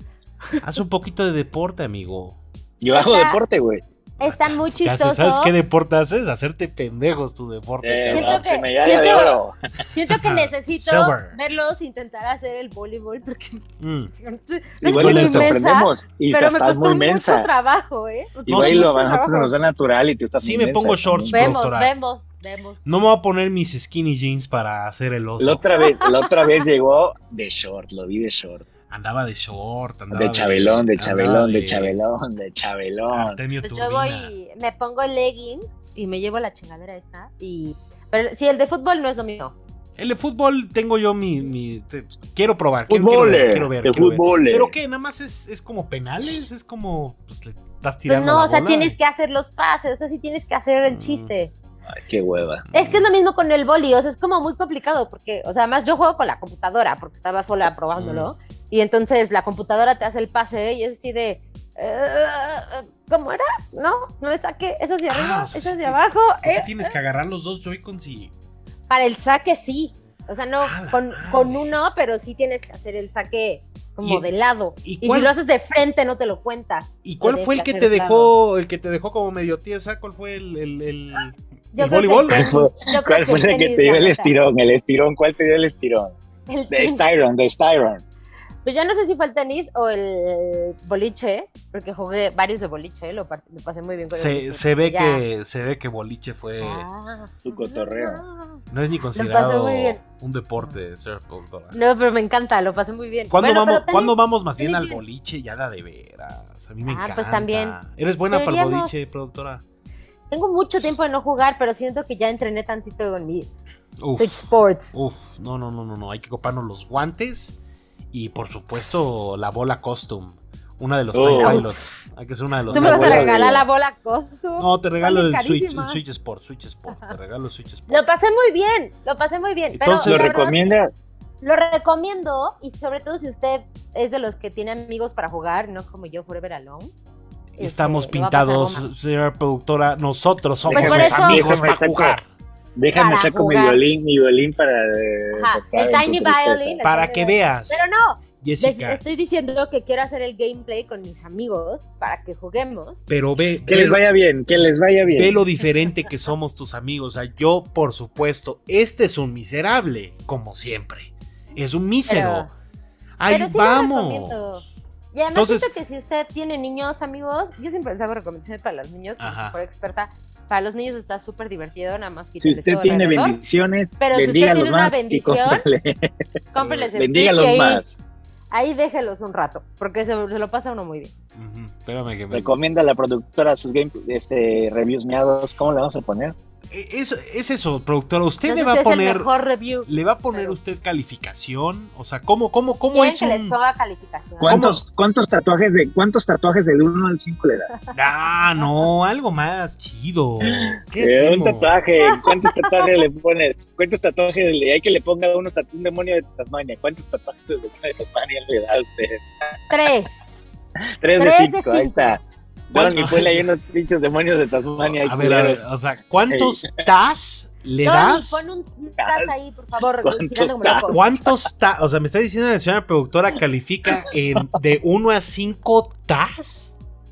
Haz un poquito de deporte, amigo. Yo hago Está- deporte, güey. Está muy ¿Qué haces? chistoso. ¿Sabes qué deporte haces? Hacerte pendejos tu deporte. Eh, Siento cabrón. que- se medalla de siento- oro. Siento que Ah, necesito silver. verlos intentar hacer el voleibol porque Mm. no sé, no Igual soy y muy nos sorprendemos. Y pero me estás costó muy mucho mensa. trabajo, ¿eh? Me Igual sí. y lo costó a nosotros trabajo. nos da natural y tú estás Sí muy me mensa pongo shorts, también. Vemos, productora. vemos, vemos. No me voy a poner mis skinny jeans para hacer el oso. La otra vez, la otra vez llegó de short, lo vi de short. Andaba de short, andaba De chabelón, de andaba chabelón, de de chabelón, de chabelón. Artemio Pues yo Turbina. voy, me pongo leggings y me llevo la chingadera esta y pero sí, el de fútbol no es lo mío. El de fútbol tengo yo mi... mi te- quiero probar, quiero, Fútbol, quiero ver, quiero ver. de quiero ver. fútbol. ¿Pero qué? ¿Nada más es, es como penales? ¿Es como... pues le estás Pues tirando no, la o sea, bola? tienes que hacer los pases, o sea, sí tienes que hacer el Mm. chiste. Ay, qué hueva. Es que es lo mismo con el boli, o sea, es como muy complicado porque, o sea, además yo juego con la computadora porque estaba sola probándolo y entonces la computadora te hace el pase y es así de, eh, ¿cómo era? No, no es saque, eso es de arriba, Ah, o sea, eso sí es de te- abajo. ¿Por qué eh. tienes que agarrar los dos Joy-Cons y... Para el saque sí, o sea, no ¡A la con, madre! con uno, pero sí tienes que hacer el saque como ¿Y- de lado. y Y, cuál- si lo haces de frente no te lo cuenta. ¿Y cuál Tienes fue el que que te hacer dejó, el que te dejó como medio tiesa? ¿Cuál fue el, el, el, Yo el creo que voleibol? tenis, ¿Cuál yo creo ¿Cuál fue el el que tenis, te dio la el neta. estirón? El estirón, ¿cuál te dio el estirón? El De tenis. Styron, de Styron. Pues ya no sé si fue el tenis o el boliche, porque jugué varios de boliche, lo, par- lo pasé muy bien con el Se, boliche. se ve Ya. que se ve que boliche fue... Ah. Tu cotorreo. No es ni considerado muy bien. un deporte, señor productora. No, pero me encanta, lo pasé muy bien. ¿Cuándo, Bueno, vamos, pero tenis- ¿cuándo vamos más bien tenis al bien. boliche? Ya da de veras. A mí me Ah, pues encanta. también. ¿Eres buena para el Deberíamos- boliche, productora? Tengo mucho tiempo de no jugar, pero siento que ya entrené tantito con mi Uf, Switch Sports. uf, no, no, no, no, no. Hay que coparnos los guantes y por supuesto la bola costume. Una de los Oh. Time Pilots. Hay que ser una de los ¿Tú Time me vas a bola de- regalar la bola costume? No, te regalo Vale, el Switch, el carísima. Switch Sport, Switch Sport. Te regalo el Switch Sport. Lo pasé muy bien, lo pasé muy bien. Entonces- ¿Lo pero la verdad, recomienda? Lo recomiendo y sobre todo si usted es de los que tiene amigos para jugar, no como yo, Forever Alone. este, Estamos lo va a pasar pintados, bomba. señora productora. Nosotros somos Pues por los eso- amigos Déjame para saco- jugar. Déjame Para saco mi jugar. violín, mi violín para... eh, Ajá, tocar el en tu Tiny tristeza. Violin. Para que veas, Pero no, les Jessica. estoy diciendo que quiero hacer el gameplay con mis amigos para que juguemos. Pero ve, Que ve les lo- vaya bien, que les vaya bien. ve lo diferente que somos tus amigos. O sea, yo, por supuesto, este es un miserable, como siempre. Es un mísero. Ahí Pero sí lo recomiendo. vamos. Y además Entonces- siento que si usted tiene niños, amigos, yo siempre les hago recomendaciones para los niños, como Ajá. si fuera experta. Para los niños está súper divertido, nada más Si quítenle usted todo tiene alrededor. bendiciones, Pero si usted bendígalos tiene una más y bendición, cómprale. Cómprenles el Bendígalos Switch y ahí, más. ahí déjelos un rato, porque se, se lo pasa uno muy bien. Ujú, espérame que me... Recomienda a la productora sus game, este, reviews miados. ¿Cómo le vamos a poner? Es, es eso, productora. Usted No le sé va si a es el poner... mejor review. ¿Le va a poner pero- usted calificación? O sea, ¿cómo, cómo, cómo ¿Quieren es que les un...? ponga calificación? ¿Cuántos, cuántos tatuajes de cuántos tatuajes del uno al cinco le das? Ah, no, algo más chido. ¿Qué Eh, un hacemos? tatuaje, ¿cuántos tatuajes le pones? ¿Cuántos tatuajes le hay que le ponga unos tatu- un demonio de Tasmania? ¿Cuántos tatuajes de demonio de Tasmania le da a usted? Tres. Tres de Tres de cinco, ahí cinco. está. ¿Cuánto? Bueno, y ponle ahí unos pinches demonios de Tasmania. ahí A ver, a ver, culeros. o sea, ¿cuántos tas le Tony, das? pon un un tas ahí, por favor. ¿Cuántos tirando como tas? loco. ¿Cuántos tas? O sea, me está diciendo la señora productora califica en de uno a cinco tas.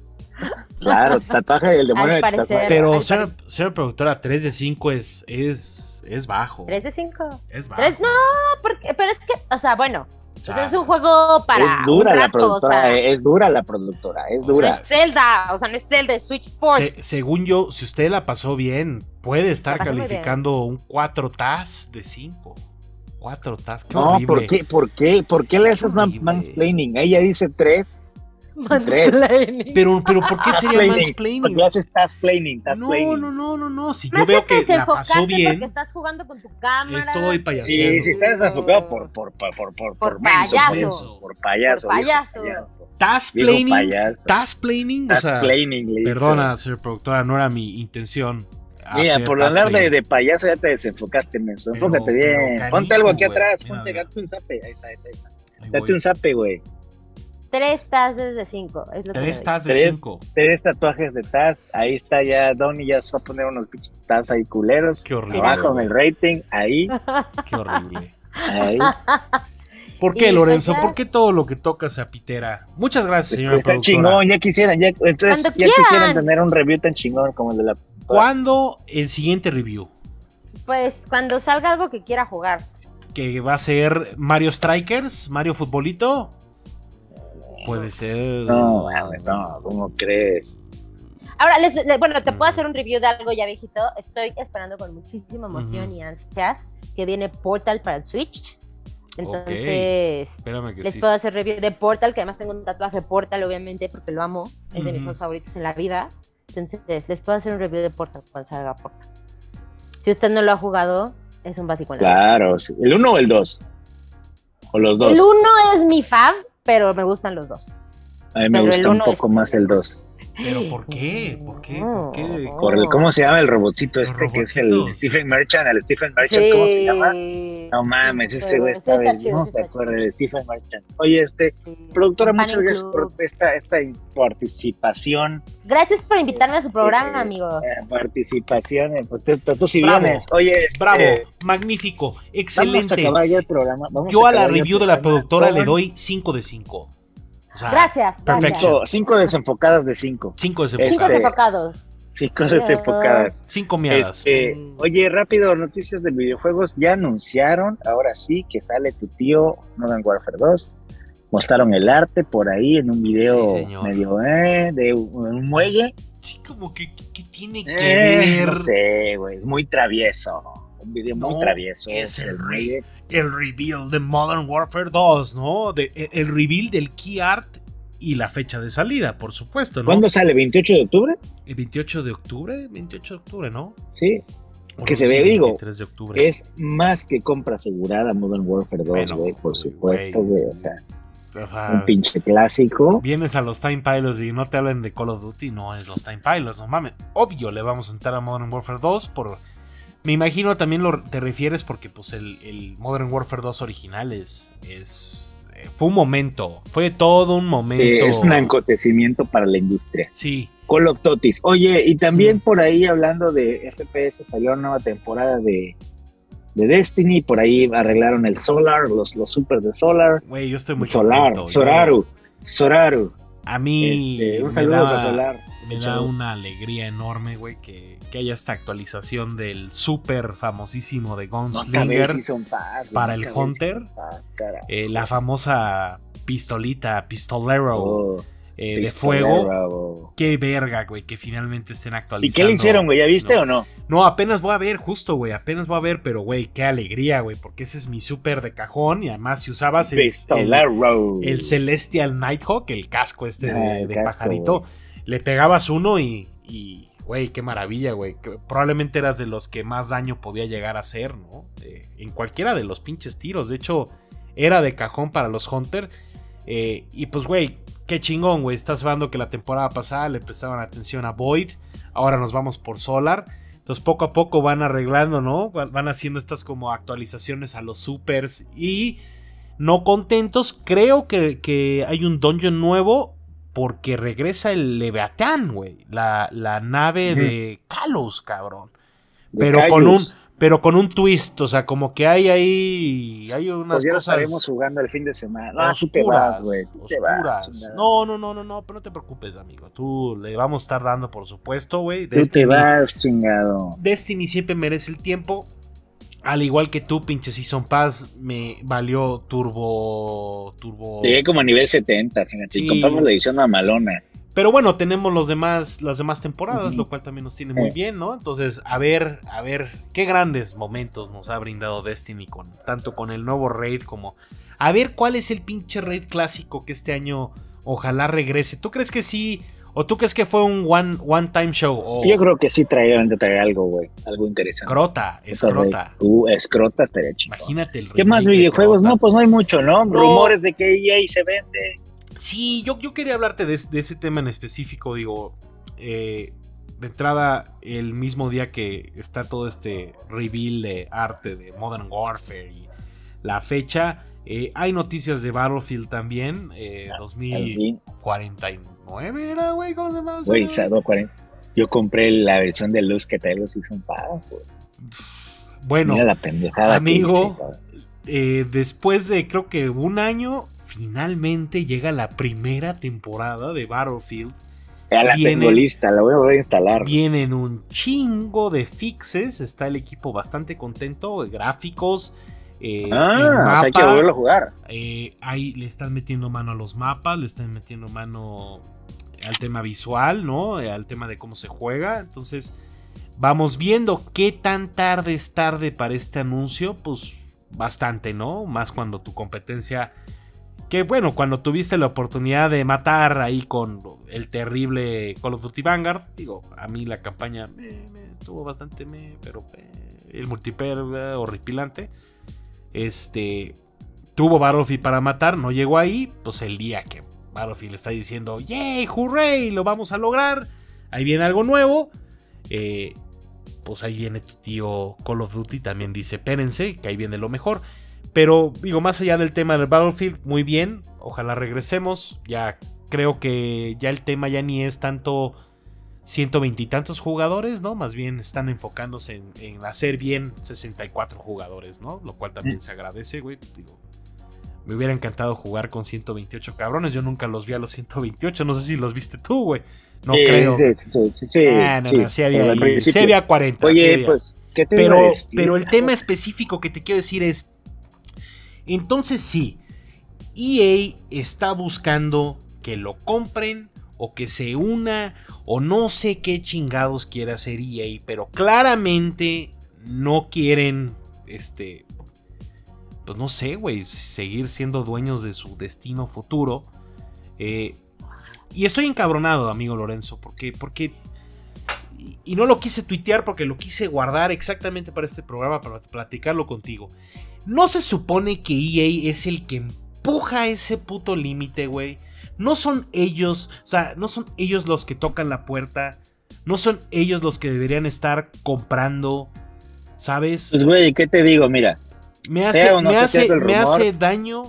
Claro, tatuaje del demonio Al de parecer. Tasmania. Pero, Al señora, señora productora, tres de cinco es, es, es bajo. Tres de cinco. Es bajo. Tres, no, porque, pero es que, o sea, bueno, O sea, es un juego para es dura un la rato, productora, o sea, es dura la productora, es no dura. es Zelda, o sea, no es Zelda, es Switch Sports. Se- según yo, si usted la pasó bien, puede estar La pasé muy calificando un cuatro Taz de cinco. cuatro Taz, qué No, horrible. ¿por qué? ¿Por qué? ¿Por qué le Qué haces man- horrible. mansplaining? Ella dice tres. Mansplaining. Pero, pero ¿por qué sería Porque mansplaining? le haces tasplaining, No, tasplaining. no, no, no, no. Si yo Más veo que que la pasó desenfocarte bien, porque estás jugando con tu cámara. estoy Y payaseando. si está desenfocado por, por, por, por, por, Por menso, payaso. menso, por payaso. Por viejo payaso. payaso. Tasplaining, Viejo payaso. tasplaining, o sea, Tasplaining, le dice. perdona, señor productora, no era mi intención. Mira, hacer por hablar de, tasplaining. de payaso ya te desenfocaste, menso. Pero- Enfócate pero bien. canijo, Ponte algo aquí güey. atrás. Mira, Ponte, mira. date un zape. Ahí está, ahí está. Ahí está. Ahí Date voy. un zape, güey. Tres tazas de cinco. Es lo que Tres me Taz de Tres. cinco. Tres tatuajes de Taz. Ahí está ya. Donnie ya se va a poner unos pinches Taz ahí culeros. Qué horrible. Abajo en el rating. Ahí. Qué horrible. Ahí. ¿Por Y qué, pues Lorenzo? ya- ¿Por qué todo lo que toca se apitera? Muchas gracias, señora Está productora. chingón. Ya quisieran. Ya, entonces, Cuando ya quisieran quieran. tener un review tan chingón como el de la. ¿Cuándo el siguiente review? Pues cuando salga algo que quiera jugar. ¿Que va a ser Mario Strikers? ¿Mario Futbolito? Puede ser. No, mames, no. ¿Cómo crees? Ahora, les, les- bueno, te puedo Mm. hacer un review de algo ya viejito. Estoy esperando con muchísima emoción Ujú. y ansias que viene Portal para el Switch. Entonces, Espérame que les sí. puedo hacer review de Portal, que además tengo un tatuaje de Portal, obviamente, porque lo amo. Es de mis Ujú. juegos favoritos en la vida. Entonces, les puedo hacer un review de Portal cuando salga Portal. Si usted no lo ha jugado, es un básico en la vida. Claro. sí. ¿El uno o el dos? O los dos. El uno es mi fab, pero me gustan los dos. A mí me pero el gusta un uno poco es- más el dos. ¿Pero por qué? ¿Por qué? ¿Por qué? Oh. Por el, ¿cómo se llama el robotcito Los este? Que es el robotitos. Stephen Merchant, el Stephen Merchant, ¿cómo se llama? Sí. No mames, ese Pero güey sí está, está bien, chido, no sí se está acuerda chido. de Stephen Merchant. Oye, este, Sí. productora, Un muchas Panic gracias Club. por esta, esta participación. Gracias por invitarme a su programa, Eh, amigos. eh, participación, eh, pues tú, tú sí Bravo. vienes. Oye, este, Bravo, magnífico, vamos a excelente. acabar ya el programa. Vamos Yo a la acabar ya el review de la programa productora le con doy cinco de cinco. O sea, Gracias, perfecto. gracias. cinco, cinco desenfocadas de cinco. cinco Este, Cinco desenfocadas. desenfocados. Cinco Adiós. desenfocadas. Cinco miadas. Este, oye, rápido, noticias de videojuegos. Ya anunciaron, ahora sí, que sale tu tío Modern Warfare dos. Mostraron el arte por ahí en un video Sí, señor. medio eh, de un, un muelle. Sí, como que, ¿qué, qué tiene que Eh, ver? no sé, güey, es muy travieso. Un video muy No, travieso. es el rey. muelle. El reveal de Modern Warfare dos, ¿no? De, el, el reveal del key art y la fecha de salida, por supuesto, ¿no? ¿Cuándo sale? ¿veintiocho de octubre? ¿El veintiocho de octubre? veintiocho de octubre, ¿no? Sí. O Que no se sé, ve, digo, veintitrés de octubre. Es más que compra asegurada Modern Warfare dos, Bueno, güey, por güey, supuesto, güey. O sea, O sea, un pinche clásico. vienes a los Time Pilots y no te hablan de Call of Duty, no es los Time Pilots, no mames. Obvio, le vamos a entrar a Modern Warfare dos por... Me imagino también lo, te refieres porque pues el, el Modern Warfare dos original es... es eh, fue un momento, fue todo un momento. Eh, es un acontecimiento para la industria. Sí, Call of Totis. Oye, y también Mm. por ahí hablando de F P S, salió una nueva temporada de, de Destiny. Por ahí arreglaron el Solar, los, los super de Solar. güey, yo estoy muy Solar, contento. Yo- Soraru, Soraru. A mí Este, un me saludo da- a Solar. Me da Chao. una alegría enorme, güey, que, que haya esta actualización del súper famosísimo de No acabé el Gunslinger, Season Pass, güey, para no el acabé Hunter. Season Pass, cara. eh, la famosa pistolita, pistolero Oh, eh, de pistolero, fuego. oh. Qué verga, güey, que finalmente estén ¿Y actualizando. qué le hicieron, güey? ¿Ya viste no. o no? No, apenas voy a ver, justo, güey, apenas voy a ver, pero, güey, qué alegría, güey, porque ese es mi súper de cajón y además si usabas el, el, Pistolero. el Celestial Nighthawk, el casco este Ah, de, el de casco, pajarito, güey. le pegabas uno y, y, güey, qué maravilla, güey. que Probablemente eras de los que más daño podía llegar a hacer, ¿no? Eh, en cualquiera de los pinches tiros. De hecho, era de cajón para los Hunter. Eh, y pues, güey, qué chingón, güey. Estás hablando que la temporada pasada le prestaban atención a Void. Ahora nos vamos por Solar. Entonces, poco a poco van arreglando, ¿no? Van haciendo estas como actualizaciones a los supers. Y no contentos, creo que, que hay un dungeon nuevo. Porque regresa el Leviatán, güey. La, la nave Ujú. de Kalos, cabrón. De Pero con un, Cayus. pero con un twist. O sea, como que hay ahí. Hay unas Pues ya lo cosas estaremos jugando el fin de semana. No, tú te oscuras. vas, güey. Tú te vas, Oscuras. chingada. No, no, no, no, no. Pero no te preocupes, amigo. Tú le vamos a estar dando, por supuesto, güey. Tú te Destiny, vas, chingado. Destiny siempre merece el tiempo. Al igual que tú, pinche Season Pass, me valió turbo... turbo... Llegué como a nivel setenta, fíjate, sí. Y compramos la edición mamalona. Pero bueno, tenemos los demás, las demás temporadas, uh-huh. lo cual también nos tiene muy bien, ¿no? Entonces, a ver, a ver, qué grandes momentos nos ha brindado Destiny, con tanto con el nuevo raid como... A ver cuál es el pinche raid clásico que este año ojalá regrese. ¿Tú crees que sí? ¿O tú crees que fue un one, one time show? O... Yo creo que sí traerán de traer algo, güey, algo interesante. Escrota, escrota. Uh, escrota estaría chido. Imagínate el ¿Qué más videojuegos? No, pues no hay mucho, ¿no? no. Rumores de que E A se vende. Sí, yo, yo quería hablarte de, de ese tema en específico, digo, eh, de entrada el mismo día que está todo este reveal de arte de Modern Warfare y la fecha, eh, hay noticias de Battlefield también, eh, dos mil cuarenta y nueve era, güey, ¿cómo se llama? Güey, yo compré la versión de luz que trae los Season Pass, güey. Bueno, mira la pendejada amigo, eh, después de creo que un año... Finalmente llega la primera temporada de Battlefield. Ya la tengo lista, la voy a, voy a instalar. Vienen un chingo de fixes. Está el equipo bastante contento. Gráficos. Eh, ah, mapa, o sea, hay que volverlo a jugar. Eh, ahí le están metiendo mano a los mapas. Le están metiendo mano al tema visual, ¿no? Al tema de cómo se juega. Entonces, vamos viendo qué tan tarde es tarde para este anuncio. Pues bastante, ¿no? Más cuando tu competencia. Que bueno, cuando tuviste la oportunidad de matar ahí con el terrible Call of Duty Vanguard, digo, a mí la campaña me, me estuvo bastante, me, pero eh, el multiplayer eh, horripilante. Este, tuvo Battlefield para matar, no llegó ahí, pues el día que Battlefield está diciendo, ¡yay, hurray, lo vamos a lograr! Ahí viene algo nuevo, eh, pues ahí viene tu tío Call of Duty, también dice, espérense, que ahí viene lo mejor. Pero digo, más allá del tema del Battlefield, muy bien, ojalá regresemos. Ya creo que ya el tema ya ni es tanto ciento veinte y tantos jugadores, ¿no? Más bien están enfocándose en, en hacer bien sesenta y cuatro jugadores, ¿no? Lo cual también se agradece, güey. Digo, me hubiera encantado jugar con ciento veintiocho cabrones. Yo nunca los vi a los ciento veintiocho, no sé si los viste tú, güey. No sí, creo. Sí, sí, sí, sí. Ah, no, sí, no, sí había, ahí, sí había cuarenta. Oye, sí había. pues, ¿qué te pero, iba a decir? pero el tema específico que te quiero decir es, entonces sí, E A está buscando que lo compren o que se una o no sé qué chingados quiere hacer E A, pero claramente no quieren, este, pues no sé, güey, seguir siendo dueños de su destino futuro. Eh, y estoy encabronado, amigo Lorenzo, porque, porque y, y no lo quise tuitear porque lo quise guardar exactamente para este programa, para platicarlo contigo. ¿No se supone que E A es el que empuja ese puto límite, güey? No son ellos, o sea, no son ellos los que tocan la puerta. No son ellos los que deberían estar comprando, ¿sabes? Pues, güey, ¿qué te digo? Mira. Me hace, no me, hace, me hace daño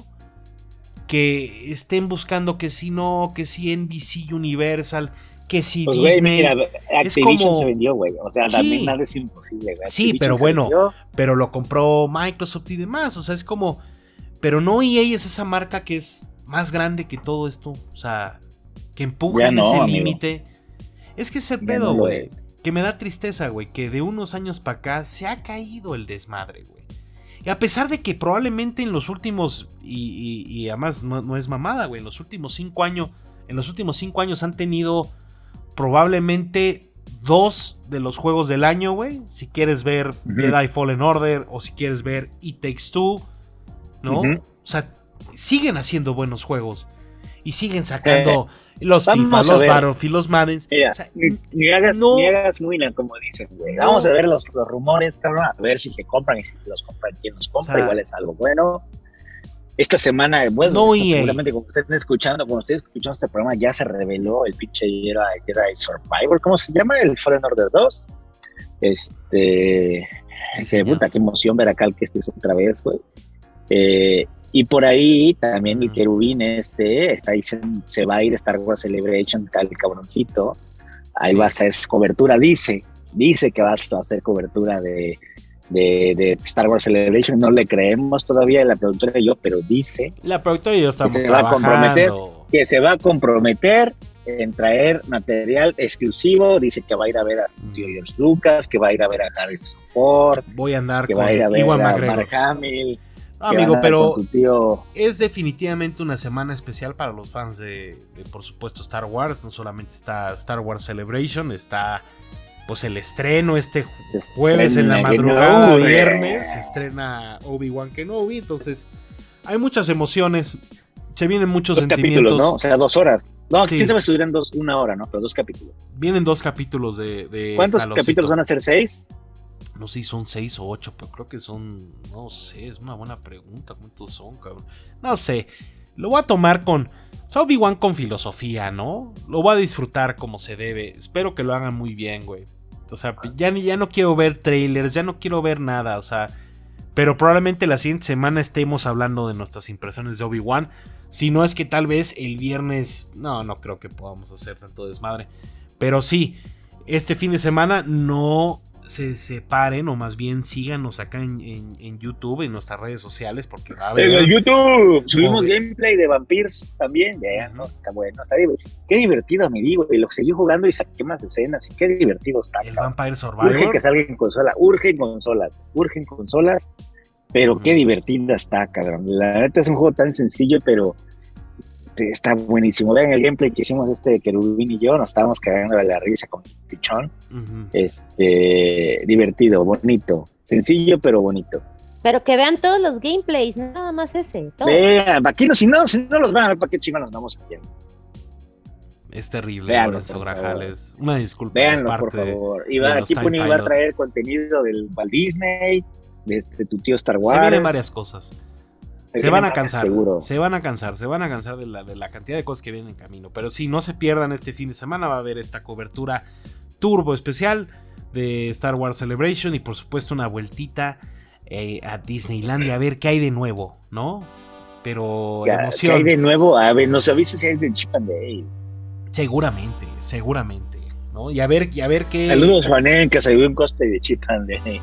que estén buscando que si no, que si N B C Universal, que si pues, Disney. Güey, mira, Activision es como... se vendió, güey. O sea, sí. También nada es imposible, güey. Sí, pero bueno, pero lo compró Microsoft y demás. O sea, es como. Pero no E A es esa marca que es más grande que todo esto. O sea, que empuja no, ese límite. Es que es el pedo, güey. No que me da tristeza, güey. Que de unos años para acá se ha caído el desmadre, güey. Y a pesar de que probablemente en los últimos. Y, y, y además no, no es mamada, güey. En los últimos cinco años. En los últimos cinco años han tenido. Probablemente dos de los juegos del año, güey. Si quieres ver uh-huh. Jedi Fallen Order o si quieres ver It Takes Two, ¿no? Uh-huh. O sea, siguen haciendo buenos juegos y siguen sacando eh, los FIFA, los Battlefield, los Madden. Mira, o sea, ni, ni hagas, no, ni hagas muy bien, como dicen, güey. No. Vamos a ver los, los rumores, cabrón, a ver si se compran y si los compran, quién los compra, o sea, igual es algo bueno. Esta semana, bueno, no, seguramente como estén escuchando, cuando estén escuchando este programa, ya se reveló el pinche Jedi Survivor, ¿cómo se llama? El Fallen Order dos. Este, sí, se puta, qué emoción ver acá el que estés otra vez, güey. Eh, y por ahí también el querubín este, está diciendo, se va a ir Star Wars Celebration, tal cabroncito. Ahí sí. Va a hacer cobertura, dice, dice que va a hacer cobertura de... De, de Star Wars Celebration, no le creemos todavía la productora y yo, pero dice la productora y yo estamos que se va a comprometer, que se va a comprometer en traer material exclusivo. Dice que va a ir a ver a su tío George Lucas, que va a ir a ver a Harrison Ford, voy a andar que con va a ir a ver Ewan a McGregor. Mark Hamill. No, amigo, pero tío... es definitivamente una semana especial para los fans de, de, por supuesto, Star Wars. No solamente está Star Wars Celebration, está pues el estreno este jueves en la madrugada, Kenobi. Viernes, se estrena Obi-Wan Kenobi. Entonces, hay muchas emociones, se vienen muchos dos sentimientos. Capítulos, ¿no? O sea, dos horas. No, sí. quién sabe si duran dos, una hora, ¿no? Pero dos capítulos. Vienen dos capítulos de... de ¿Cuántos Jalocito. capítulos van a ser? ¿Seis? No sé si son seis o ocho, pero creo que son, no sé, es una buena pregunta. ¿Cuántos son, cabrón? No sé, lo voy a tomar con Obi-Wan con filosofía, ¿no? Lo voy a disfrutar como se debe. Espero que lo hagan muy bien, güey. O sea, ya, ya no quiero ver trailers, ya no quiero ver nada, o sea... Pero probablemente la siguiente semana estemos hablando de nuestras impresiones de Obi-Wan. Si no es que tal vez el viernes... No, no creo que podamos hacer tanto desmadre. Pero sí, este fin de semana no... se separen, o más bien síganos acá en, en, en YouTube, en nuestras redes sociales, porque va a haber... En el YouTube subimos Como... gameplay de Vampires también, ya, ¿no? Está bueno, está divertido. Qué divertido, me digo, y lo seguí jugando y saqué más escenas, y qué divertido está. El Vampire Survivor. Urge que salga en consola, urge en consolas, urge en consolas, pero uh-huh. qué divertida está, cabrón. La neta es un juego tan sencillo, pero está buenísimo. Vean el gameplay que hicimos este de Querubín y yo, nos estábamos cagando de la risa con Pichón. Uh-huh. Este, divertido, bonito, sencillo pero bonito. Pero que vean todos los gameplays, nada más ese. Todo. Vean, aquí no, si no, si no los van a ver, ¿para qué chingados nos vamos a hacer? Es terrible, Véanlo, Lorenzo Grajales. Una disculpa. Véanlo, por favor. Y va, aquí Puni va a traer contenido del Walt Disney, de este, tu tío Star Wars. Se vienen varias cosas. Se, se van a cansar, seguro. se van a cansar, se van a cansar de la, de la cantidad de cosas que vienen en camino. Pero sí, no se pierdan este fin de semana, va a haber esta cobertura turbo especial de Star Wars Celebration y por supuesto una vueltita eh, a Disneylandia a ver qué hay de nuevo, ¿no? Pero ya, emoción. ¿Qué hay de nuevo? A ver, nos avisa si hay de Chip and Dale. Seguramente, seguramente, ¿no? Y a ver, y a ver qué... Saludos, Juanen, que se vio un cosplay de Chip and Dale.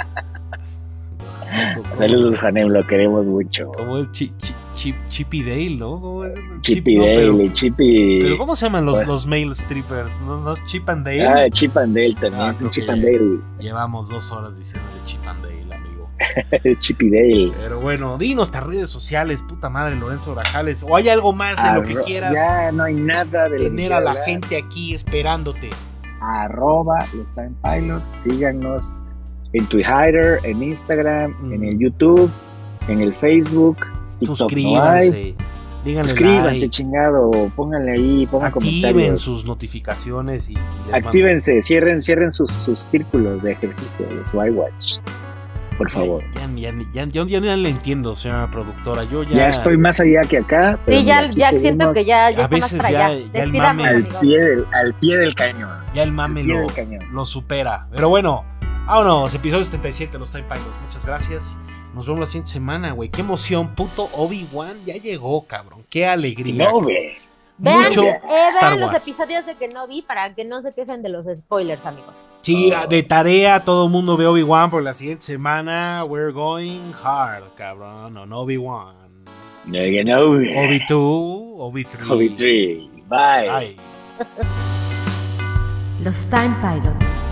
Saludos, Janem, lo queremos mucho. Como el chi, chi, chip, Chippy Dale, ¿no? Chippy Chip, Dale, no, pero, Chippy. Pero ¿cómo se llaman los, los male strippers? ¿No, ¿No es Chip and Dale? Ah, Chip and Dale también, ah, es Chip and Dale. Llevamos dos horas diciendo de Chip and Dale, amigo. Chippy Dale. Pero bueno, dinos tus redes sociales, puta madre, Lorenzo Grajales. O hay algo más de Arro, lo que quieras. Ya no hay nada de tener a la hablar. Gente aquí esperándote. Arroba los Time Pilots, síganos en Twitter, en Instagram, mm. en el YouTube, en el Facebook. Suscríbanse, no díganle Suscríbanse, like. Chingado, pónganle ahí, pongan activen comentarios. sus notificaciones y, y actívense, mando. cierren, cierren sus, sus círculos de ejercicio, los Y-Watch, por favor. Ya, ya, ya, ya, ya, ya le entiendo, señora productora, yo ya... Ya estoy más allá que acá. Sí, ya, ya siento que ya, ya a veces más para ya, allá. ya el mame... Al pie, del, al pie del cañón. Ya el mame lo, lo supera, pero bueno... Vámonos, episodio setenta y siete, los Time Pilots. Muchas gracias. Nos vemos la siguiente semana, güey. Qué emoción, puto Obi-Wan ya llegó, cabrón. Qué alegría. No, güey. Mucho vean, eh, vean los episodios de Kenobi para que no se quejen de los spoilers, amigos. Sí, oh. de tarea, todo el mundo ve Obi-Wan por la siguiente semana. We're going hard, cabrón. On Obi-Wan. Obi Obi dos, Obi tres. Obi tres. Bye. Bye. Los Time Pilots.